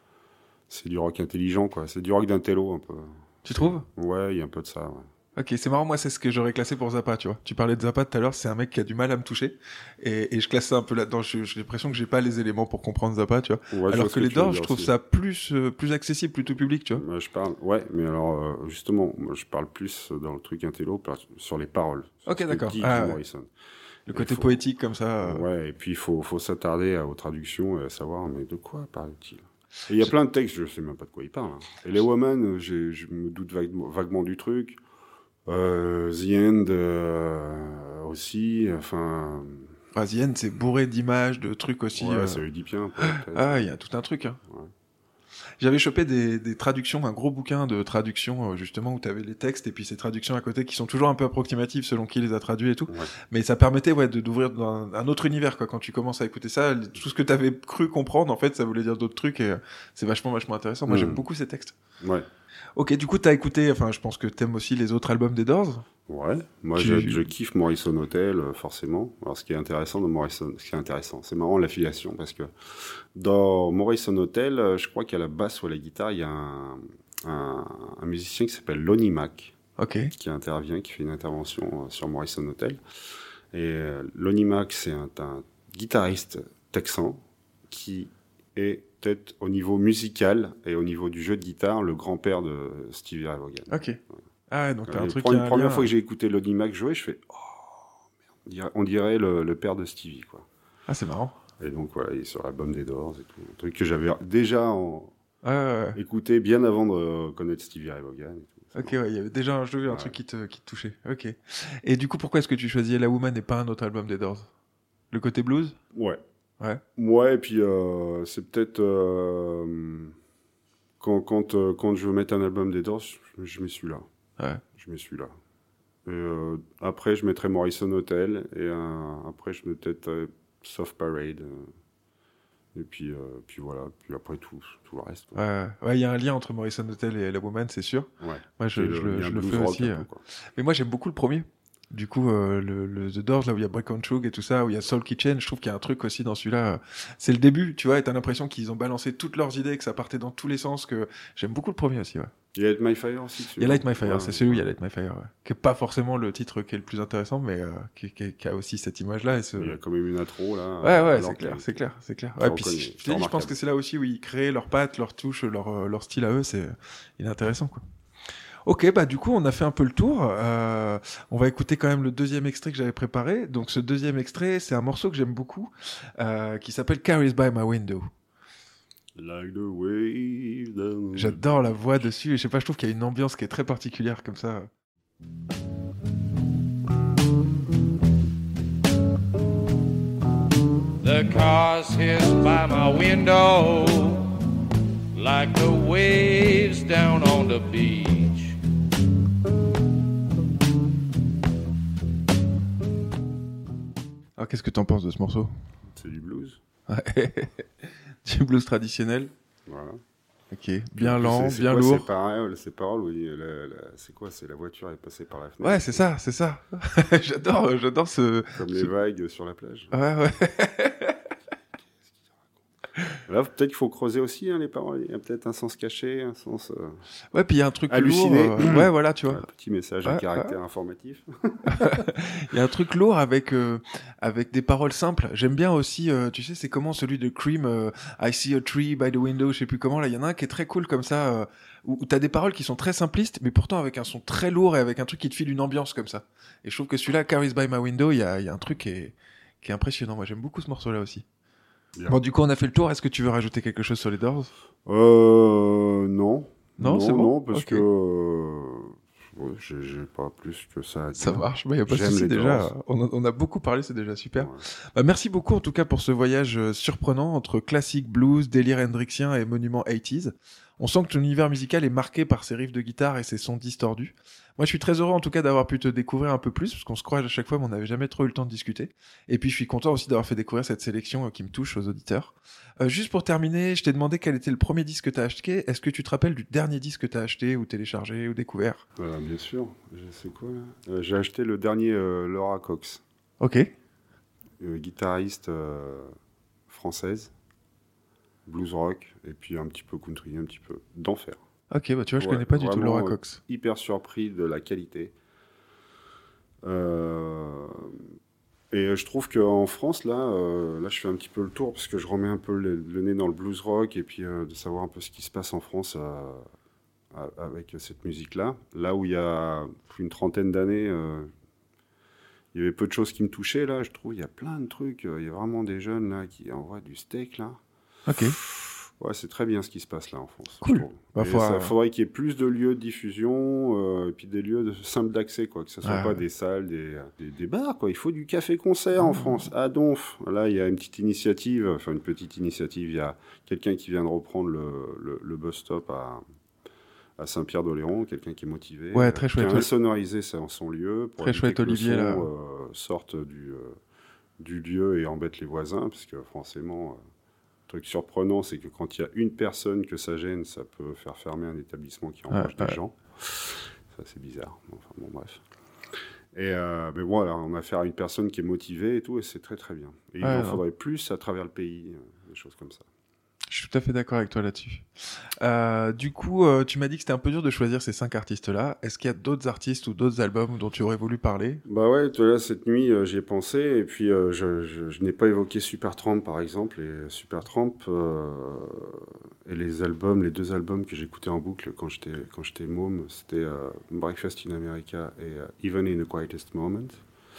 c'est du rock intelligent, quoi. C'est du rock d'intello, un peu. Tu trouves ? Ouais, il y a un peu de ça, ouais. Ok, c'est marrant, moi c'est ce que j'aurais classé pour Zappa, tu vois. Tu parlais de Zappa tout à l'heure, c'est un mec qui a du mal à me toucher, et, et je classe ça un peu là-dedans. Je- J'ai l'impression que j'ai pas les éléments pour comprendre Zappa, tu vois. Ouais, je vois Alors ce que les tu veux Doors, dire je trouve aussi. ça plus, euh, plus accessible, plus tout public, tu vois. Moi, je parle, ouais, mais alors, euh, justement, moi, je parle plus dans le truc intello par- sur les paroles. sur Ok, ce que d'accord. dit Ah, Jim ouais. Morrison. Le Il côté faut- poétique comme ça. euh, Ouais, et puis il faut, faut s'attarder à- aux traductions et à savoir, mais de quoi parle-t-il ? Et il y a plein de textes, je sais même pas de quoi il parle. hein. Et les Woman, j'ai- je me doute vaguement, vaguement du truc. Euh, The End euh, aussi, enfin... bah, The End, c'est bourré d'images, de trucs aussi. ouais, euh, c'est oedipien. Ah, il y a tout un truc. Hein. Ouais. J'avais chopé des, des traductions, un gros bouquin de traductions, euh, justement, où tu avais les textes et puis ces traductions à côté qui sont toujours un peu approximatives selon qui les a traduits et tout. Ouais. Mais ça permettait ouais, de, d'ouvrir dans un, un autre univers, quoi. Quand tu commences à écouter ça, l- tout ce que tu avais cru comprendre, en fait, ça voulait dire d'autres trucs et euh, c'est vachement, vachement intéressant. Moi, Mhm. j'aime beaucoup ces textes. Ouais. Ok, du coup, t'as écouté, enfin, je pense que t'aimes aussi les autres albums des Doors. Ouais, moi Tu- je, je kiffe Morrison Hotel, euh, forcément. Alors ce qui est intéressant de Morrison, ce qui est intéressant, c'est marrant l'affiliation, parce que dans Morrison Hotel, euh, je crois qu'à la basse ou à la guitare, il y a un, un, un musicien qui s'appelle Lonnie Mack, Ok. qui intervient, qui fait une intervention euh, sur Morrison Hotel. Et euh, Lonnie Mack, c'est un, un guitariste texan qui est peut-être au niveau musical et au niveau du jeu de guitare le grand-père de Stevie Ray Vaughan. Ok. Ah ouais, donc t'as un Euh, truc pour qui une a un première lien. fois que j'ai écouté Lonnie Mack jouer, je fais oh merde, on dirait, on dirait le, le père de Stevie, quoi. Ah, c'est marrant. Et donc voilà, il est sur l'album des Doors et tout, un truc que j'avais déjà en- Ouais, ouais, ouais. écouté bien avant de connaître Stevie Ray Vaughan. Et tout. C'est Ok, marrant. ouais, il y avait déjà un jeu, un Ouais. truc qui te, qui te touchait. Ok. Et du coup, pourquoi est-ce que tu choisis La Woman et pas un autre album des Doors ? Le côté blues ? Ouais. Ouais. Ouais, et puis euh, c'est peut-être euh, quand quand euh, quand je veux mettre un album des Doors, je, je mets celui-là. Ouais. Je mets celui-là. Et euh, après, je mettrai Morrison Hotel et euh, après, je mettrai peut-être euh, Soft Parade. euh, et puis, euh, puis voilà. Puis après, tout, tout le reste. quoi. Ouais, ouais, il y a un lien entre Morrison Hotel et La Woman, c'est sûr. Ouais. Moi, je, Et je le- le, il y a je un le blues fais rock aussi. un euh. peu, quoi. Mais moi, j'aime beaucoup le premier. Du coup, euh, le, le The Doors, là où il y a Break on Chug et tout ça, où il y a Soul Kitchen, je trouve qu'il y a un truc aussi dans celui-là. euh, C'est le début, tu vois, et t'as l'impression qu'ils ont balancé toutes leurs idées, que ça partait dans tous les sens. Que j'aime beaucoup le premier aussi. Ouais. Il y a Light My Fire aussi. dessus, Il y a non Light My Fire, Ouais, c'est celui où il y a ouais. Light My Fire, ouais. Qui est pas forcément le titre qui est le plus intéressant, mais euh, qui, qui- qui a aussi cette image-là. Et ce... Il y a quand même une intro là. Ouais, ouais, alors c'est que- clair, c'est clair, c'est clair. c'est Ouais, puis reconnu, je c'est te dis, je pense remarquable. que c'est là aussi où ils créent leurs pattes, leurs touches, leur, euh, leur style à eux, c'est il est intéressant, quoi. Ok, bah du coup, on a fait un peu le tour. Euh, on va écouter quand même le deuxième extrait que j'avais préparé. Donc, ce deuxième extrait, c'est un morceau que j'aime beaucoup, euh, qui s'appelle Carries by My Window. Like the wave down- J'adore la voix dessus, et je sais pas, je trouve qu'il y a une ambiance qui est très particulière comme ça. The cars hiss by my window like the waves down on the beach. Alors, qu'est-ce que t'en penses de ce morceau? C'est du blues. Ouais. Du blues traditionnel. Voilà. Ok, bien lent, C'est- c'est bien quoi lourd. Ces paroles, ces paroles où il- la- la- c'est quoi? C'est la voiture est passée par la fenêtre. Ouais, c'est ça, c'est ça. j'adore, j'adore ce. Comme les ce- vagues sur la plage. Ouais, ouais. Là, peut-être qu'il faut creuser aussi hein, les paroles. Il y a peut-être un sens caché, un sens euh, Ouais, puis il y a un truc halluciné. lourd. euh, Ouais, voilà, tu vois. Un petit message Ouais, à caractère informatif. Il y a un truc lourd avec euh, avec des paroles simples. J'aime bien aussi, euh, tu sais, c'est comment celui de Cream, euh, I see a tree by the window, je sais plus comment. Là, il y en a un qui est très cool comme ça, euh, où, où t'as des paroles qui sont très simplistes, mais pourtant avec un son très lourd et avec un truc qui te file une ambiance comme ça. Et je trouve que celui-là, Carries by my window, il y a, il y a un truc qui est, qui est impressionnant. Moi, j'aime beaucoup ce morceau-là aussi. Bien. Bon, du coup, on a fait le tour. Est-ce que tu veux rajouter quelque chose sur les Doors? Euh, non. Non, c'est bon Non, parce Ok. que euh, ouais, j'ai j'ai pas plus que ça à dire. Ça marche, il n'y a pas de J'aime souci les déjà. Doors. On a, on a beaucoup parlé, c'est déjà super. Ouais. Bah, merci beaucoup en tout cas pour ce voyage euh, surprenant entre classique blues, délire hendrixien et monument eighties. On sent que ton univers musical est marqué par ses riffs de guitare et ses sons distordus. Moi, je suis très heureux en tout cas d'avoir pu te découvrir un peu plus, parce qu'on se croise à chaque fois, mais on n'avait jamais trop eu le temps de discuter. Et puis, je suis content aussi d'avoir fait découvrir cette sélection euh, qui me touche aux auditeurs. Euh, juste pour terminer, je t'ai demandé quel était le premier disque que tu as acheté. Est-ce que tu te rappelles du dernier disque que tu as acheté ou téléchargé ou découvert ? Voilà, bien sûr. C'est quoi là euh, J'ai acheté le dernier euh, Laura Cox. Ok. Euh, guitariste euh, française, blues rock, et puis un petit peu country, un petit peu d'enfer. Ok, bah tu vois, je Ouais, connais pas du tout Laura Cox. Euh, hyper surpris de la qualité. Euh, et je trouve qu'en France, là, euh, là, je fais un petit peu le tour, parce que je remets un peu le, le nez dans le blues rock, et puis euh, de savoir un peu ce qui se passe en France euh, avec cette musique-là. Là où il y a une trentaine d'années... Euh, il y avait peu de choses qui me touchaient, là, je trouve. Il y a plein de trucs. Il y a vraiment des jeunes, là, qui envoient du steak, là. Ok. Ouais, c'est très bien ce qui se passe, là, en France. Cool. Il bah, faudra... faudrait qu'il y ait plus de lieux de diffusion, euh, et puis des lieux de, simples d'accès, quoi. Que ce soit ah, pas ouais. des salles, des, des, des bars, quoi. Il faut du café-concert en France, à Donf. Là, il y a une petite initiative, enfin, une petite initiative. Il y a quelqu'un qui vient de reprendre le, le, le bus-stop à... à Saint-Pierre-d'Oléron, quelqu'un qui est motivé, ouais, très euh, chouette, qui a ouais. insonorisé son, son lieu pour très chouette, que Olivier, le son là. euh, sorte du, euh, du lieu et embête les voisins, parce que forcément, euh, le truc surprenant, c'est que quand il y a une personne que ça gêne, ça peut faire fermer un établissement qui embauche ouais, des ouais. gens. Ça, c'est bizarre. Enfin, bon, bref. Et euh, mais voilà, on a affaire à une personne qui est motivée et tout, et c'est très très bien. Et ouais, il en non. faudrait plus à travers le pays, euh, des choses comme ça. Je suis tout à fait d'accord avec toi là-dessus. Euh, du coup, euh, tu m'as dit que c'était un peu dur de choisir ces cinq artistes-là. Est-ce qu'il y a d'autres artistes ou d'autres albums dont tu aurais voulu parler ? Bah ouais, tu vois, là, cette nuit, euh, j'y ai pensé, et puis euh, je, je, je n'ai pas évoqué Supertramp, par exemple, et Supertramp, euh, et les albums, les deux albums que j'écoutais en boucle quand j'étais, quand j'étais môme, c'était euh, Breakfast in America et euh, Even in the Quietest Moment.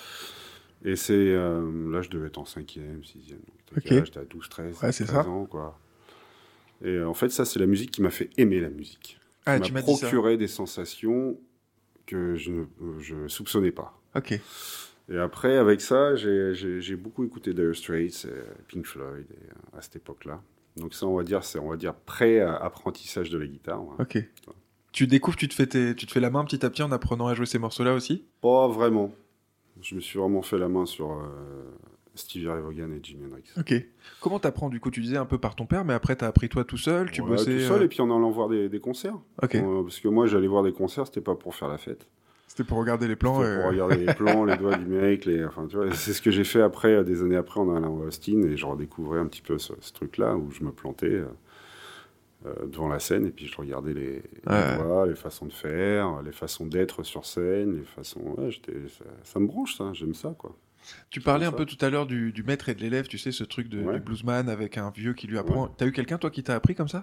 Et c'est, euh, là, je devais être en cinquième, sixième, donc okay. là, j'étais à douze, treize, ouais, c'est treize ça. ans, quoi. Et euh, en fait, ça, c'est la musique qui m'a fait aimer la musique. Ah, qui tu m'a m'as dit ça. procuré des sensations que je ne je soupçonnais pas. Ok. Et après, avec ça, j'ai, j'ai, j'ai beaucoup écouté Dire Straits, et Pink Floyd, et, à cette époque-là. Donc ça, on va dire, c'est on va dire pré-apprentissage de la guitare. Ouais. Ok. Ouais. Tu découvres, tu te fais tes, tu te fais la main petit à petit en apprenant à jouer ces morceaux-là aussi ? Pas vraiment. Je me suis vraiment fait la main sur euh, Stevie Ray Vaughan et Jimi Hendrix. Ok. Comment t'apprends du coup ? Tu disais un peu par ton père, mais après t'as appris toi tout seul, tu ouais, bossais tout seul, euh... et puis en allant voir des, des concerts. Ok. Euh, parce que moi, j'allais voir des concerts, c'était pas pour faire la fête. C'était pour regarder les plans. C'était et... pour regarder les plans, les doigts du mec, les, enfin tu vois, c'est ce que j'ai fait après, des années après, en allant à Austin, et je redécouvrais un petit peu ce, ce truc-là où je me plantais euh, euh, devant la scène, et puis je regardais les, ouais. les voix, les façons de faire, les façons d'être sur scène, les façons, ouais, j'étais, ça, ça me branche ça, j'aime ça quoi. Tu parlais un peu tout à l'heure du, du maître et de l'élève, tu sais, ce truc de, ouais. du bluesman avec un vieux qui lui apprend. Ouais. T'as eu quelqu'un, toi, qui t'a appris comme ça ?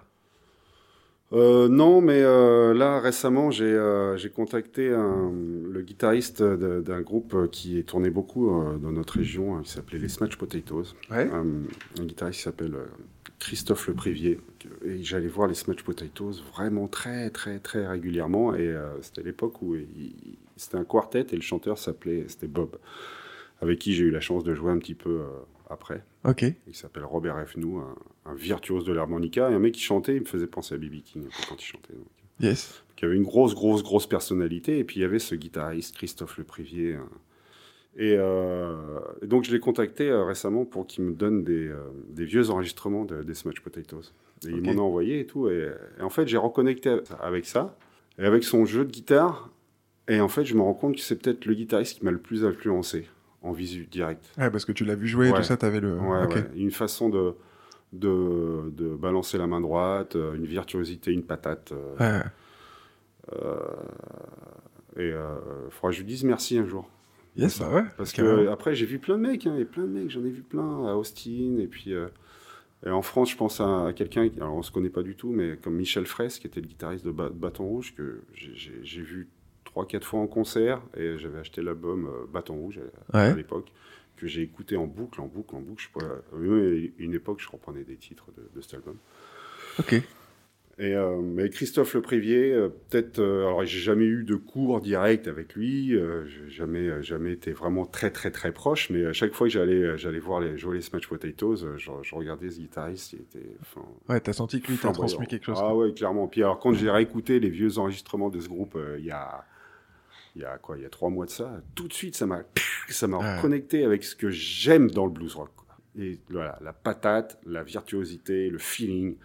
euh, Non, mais euh, là, récemment, j'ai, euh, j'ai contacté un, le guitariste de, d'un groupe qui tournait beaucoup euh, dans notre région, hein, qui s'appelait les Smash Potatoes. Ouais. Un, un guitariste qui s'appelle euh, Christophe Le Privier. Et j'allais voir les Smash Potatoes vraiment très, très, très régulièrement. Et euh, c'était l'époque où il, c'était un quartet et le chanteur s'appelait, c'était Bob, avec qui j'ai eu la chance de jouer un petit peu euh, après. Ok. Il s'appelle Robert Efnou, un, un virtuose de l'harmonica, et un mec qui chantait, il me faisait penser à B B King quand il chantait. Donc. Yes. Qui avait une grosse, grosse, grosse personnalité, et puis il y avait ce guitariste, Christophe Le Privier. Hein. Et, euh, et donc je l'ai contacté euh, récemment pour qu'il me donne des, euh, des vieux enregistrements de, des Smash Potatoes. Et okay. Il m'en a envoyé et tout, et, et en fait j'ai reconnecté avec ça, et avec son jeu de guitare, et en fait je me rends compte que c'est peut-être le guitariste qui m'a le plus influencé. En visu direct. Ouais, parce que tu l'as vu jouer, ouais. Tout ça, t'avais le... Ouais, okay. ouais. Une façon de, de, de balancer la main droite, une virtuosité, une patate. Ouais. Euh, et il euh, faudra que je lui dise merci un jour. Yes, bah ouais. Parce que après, j'ai vu plein de mecs, hein, et plein de mecs, j'en ai vu plein à Austin, et puis... Euh, et en France, je pense à, à quelqu'un, alors on se connaît pas du tout, mais comme Michel Fraisse, qui était le guitariste de ba- Bâton Rouge, que j'ai, j'ai, j'ai vu trois quatre fois en concert, et j'avais acheté l'album euh, Bâton Rouge à, ouais. à l'époque, que j'ai écouté en boucle, en boucle, en boucle. Je sais pas, à une époque, je reprenais des titres de, de cet album. Ok. Et euh, mais Christophe Leprévier, euh, peut-être, euh, alors j'ai jamais eu de cours direct avec lui, euh, j'ai jamais, euh, jamais été vraiment très très très proche, mais à chaque fois que j'allais, j'allais voir les jouer les Smash Potatoes, euh, je, je regardais ce guitariste, il était. Ouais, t'as senti que lui t'a transmis quelque chose. Ah ouais, clairement. Puis alors quand j'ai réécouté les vieux enregistrements de ce groupe, euh, il y a, il y a quoi, il y a trois mois de ça, tout de suite ça m'a, ça m'a ouais. connecté avec ce que j'aime dans le blues rock. Quoi. Et voilà, la patate, la virtuosité, le feeling.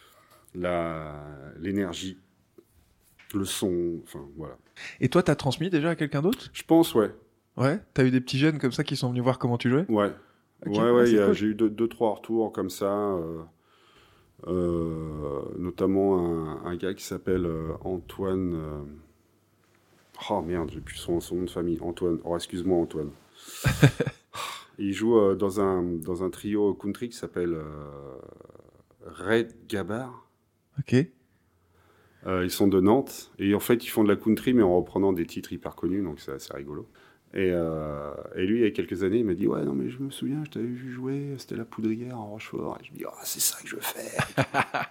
La, l'énergie, le son, enfin voilà. Et toi, t'as transmis déjà à quelqu'un d'autre ? Je pense, ouais. Ouais. T'as eu des petits jeunes comme ça qui sont venus voir comment tu jouais ? Ouais. Okay. Ouais, ouais. Ah, a, cool. J'ai eu deux, deux, trois retours comme ça, euh, euh, notamment un, un gars qui s'appelle euh, Antoine. Euh... Oh merde, j'ai plus son, son nom de famille. Antoine. Oh, excuse-moi, Antoine. Il joue euh, dans un dans un trio country qui s'appelle euh, Red Gabbard. Ok. Euh, ils sont de Nantes et en fait ils font de la country mais en reprenant des titres hyper connus, donc c'est assez rigolo. Et, euh, et lui il y a quelques années il m'a dit ouais non mais je me souviens je t'avais vu jouer, c'était la Poudrière en Rochefort et je me dis oh, c'est ça que je veux faire.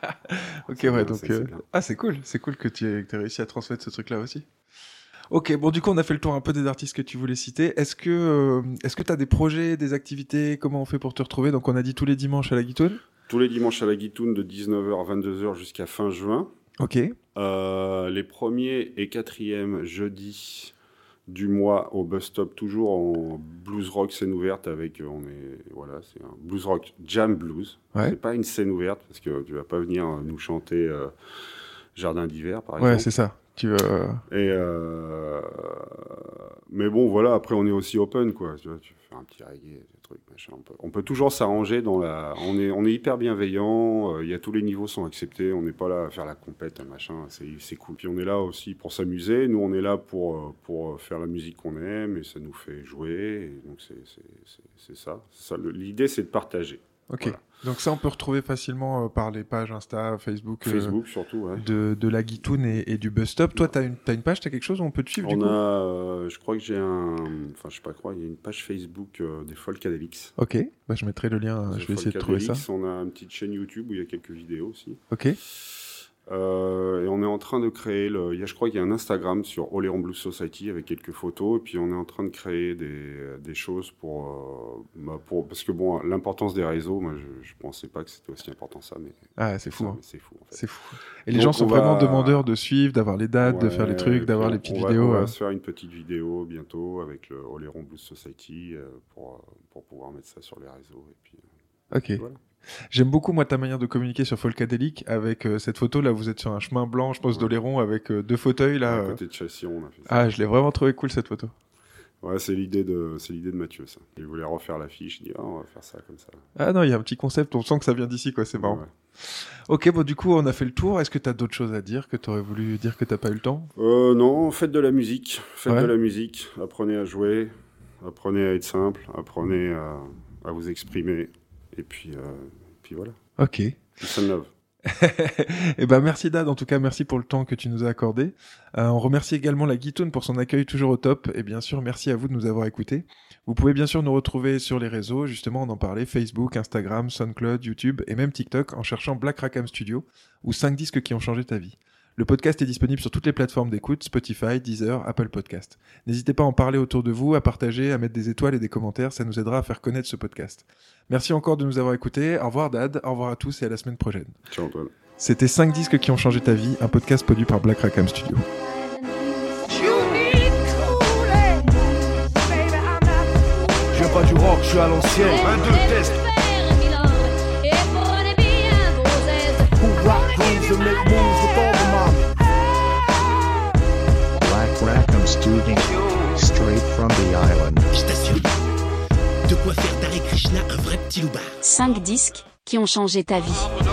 Ok c'est ouais bien, donc c'est, euh... c'est ah c'est cool c'est cool que tu aies, que tu aies réussi à transmettre ce truc là aussi. Ok, bon, du coup, on a fait le tour un peu des artistes que tu voulais citer. Est-ce que, euh, est-ce que tu as des projets, des activités ? Comment on fait pour te retrouver ? Donc, on a dit tous les dimanches à la Guitoune ? Tous les dimanches à la Guitoune de dix-neuf heures à vingt-deux heures jusqu'à fin juin. Ok. Euh, les premiers et quatrièmes jeudis du mois au Bus Stop, toujours en blues rock scène ouverte avec, on est, voilà, c'est un blues rock jam blues. Ouais. C'est pas une scène ouverte parce que tu vas pas venir nous chanter euh, Jardin d'hiver, par exemple. Ouais, c'est ça. Tu veux... Et euh... mais bon, voilà. Après, on est aussi open, quoi. Tu vois, tu fais un petit reggae, des trucs, machin. On peut, on peut toujours s'arranger dans la. On est, on est hyper bienveillant. Il euh, y a tous les niveaux sont acceptés. On n'est pas là à faire la compète, machin. C'est, c'est cool. Puis on est là aussi pour s'amuser. Nous, on est là pour, pour faire la musique qu'on aime et ça nous fait jouer. Et donc c'est, c'est, c'est, c'est ça. C'est ça. L'idée, c'est de partager. Ok. Voilà. Donc ça, on peut retrouver facilement euh, par les pages Insta, Facebook, Facebook euh, surtout, ouais. de, de la Guitoune et, et du Bus Stop. Toi, t'as une, t'as une page, t'as quelque chose où on peut te suivre on du a, coup euh, je crois que j'ai un, enfin je sais pas quoi, il y a une page Facebook euh, des Folkadelix. Ok, bah, je mettrai le lien, je vais essayer de trouver ça. On a une petite chaîne YouTube où il y a quelques vidéos aussi. Ok. Euh, et on est en train de créer, le, il y a, je crois qu'il y a un Instagram sur Oléron Blues Society avec quelques photos, et puis on est en train de créer des, des choses pour, euh, bah pour, parce que bon, l'importance des réseaux, moi je, je pensais pas que c'était aussi important ça, mais ah c'est fou, ça, hein. mais c'est fou. En fait. C'est fou. Et les Donc gens sont va... vraiment demandeurs de suivre, d'avoir les dates, ouais, de faire les trucs, d'avoir les petites on va, vidéos. On va ouais. se faire une petite vidéo bientôt avec le Oléron Blues Society euh, pour pour pouvoir mettre ça sur les réseaux et puis. Euh, ok. Voilà. J'aime beaucoup, moi, ta manière de communiquer sur Folkadelic avec euh, cette photo là. Vous êtes sur un chemin blanc, je pense, ouais. d'Oléron avec euh, deux fauteuils là. À côté de Chassion, on a fait ça. Ah, je l'ai vraiment trouvé cool cette photo. Ouais, c'est l'idée de, c'est l'idée de Mathieu, ça. Il voulait refaire l'affiche, il dit, ah, on va faire ça comme ça. Ah non, il y a un petit concept, on sent que ça vient d'ici, quoi, c'est marrant. Ouais. Ok, bon, du coup, on a fait le tour. Est-ce que t'as d'autres choses à dire, que t'aurais voulu dire que t'as pas eu le temps ? Euh, non, faites de la musique. Faites ouais. de la musique. Apprenez à jouer. Apprenez à être simple. Apprenez à, à vous exprimer. Et puis, euh, puis voilà. Ok. Peace and love. Eh ben merci Dad, en tout cas merci pour le temps que tu nous as accordé. Euh, on remercie également la Guitoune pour son accueil toujours au top, et bien sûr merci à vous de nous avoir écoutés. Vous pouvez bien sûr nous retrouver sur les réseaux, justement on en parlait, Facebook, Instagram, SoundCloud, YouTube et même TikTok en cherchant Black Rackham Studio ou cinq disques qui ont changé ta vie. Le podcast est disponible sur toutes les plateformes d'écoute, Spotify, Deezer, Apple Podcast. N'hésitez pas à en parler autour de vous, à partager, à mettre des étoiles et des commentaires, ça nous aidera à faire connaître ce podcast. Merci encore de nous avoir écoutés, au revoir Dad, au revoir à tous et à la semaine prochaine. Ciao Antoine. C'était cinq disques qui ont changé ta vie, un podcast produit par Black Rackham Studio. Je viens pas du rock, je suis à l'ancienne. Un, deux, test. Black Rackham Studio, straight from the island. Je t'assure, de quoi faire d'Hare Krishna un vrai petit loupard. cinq disques qui ont changé ta vie.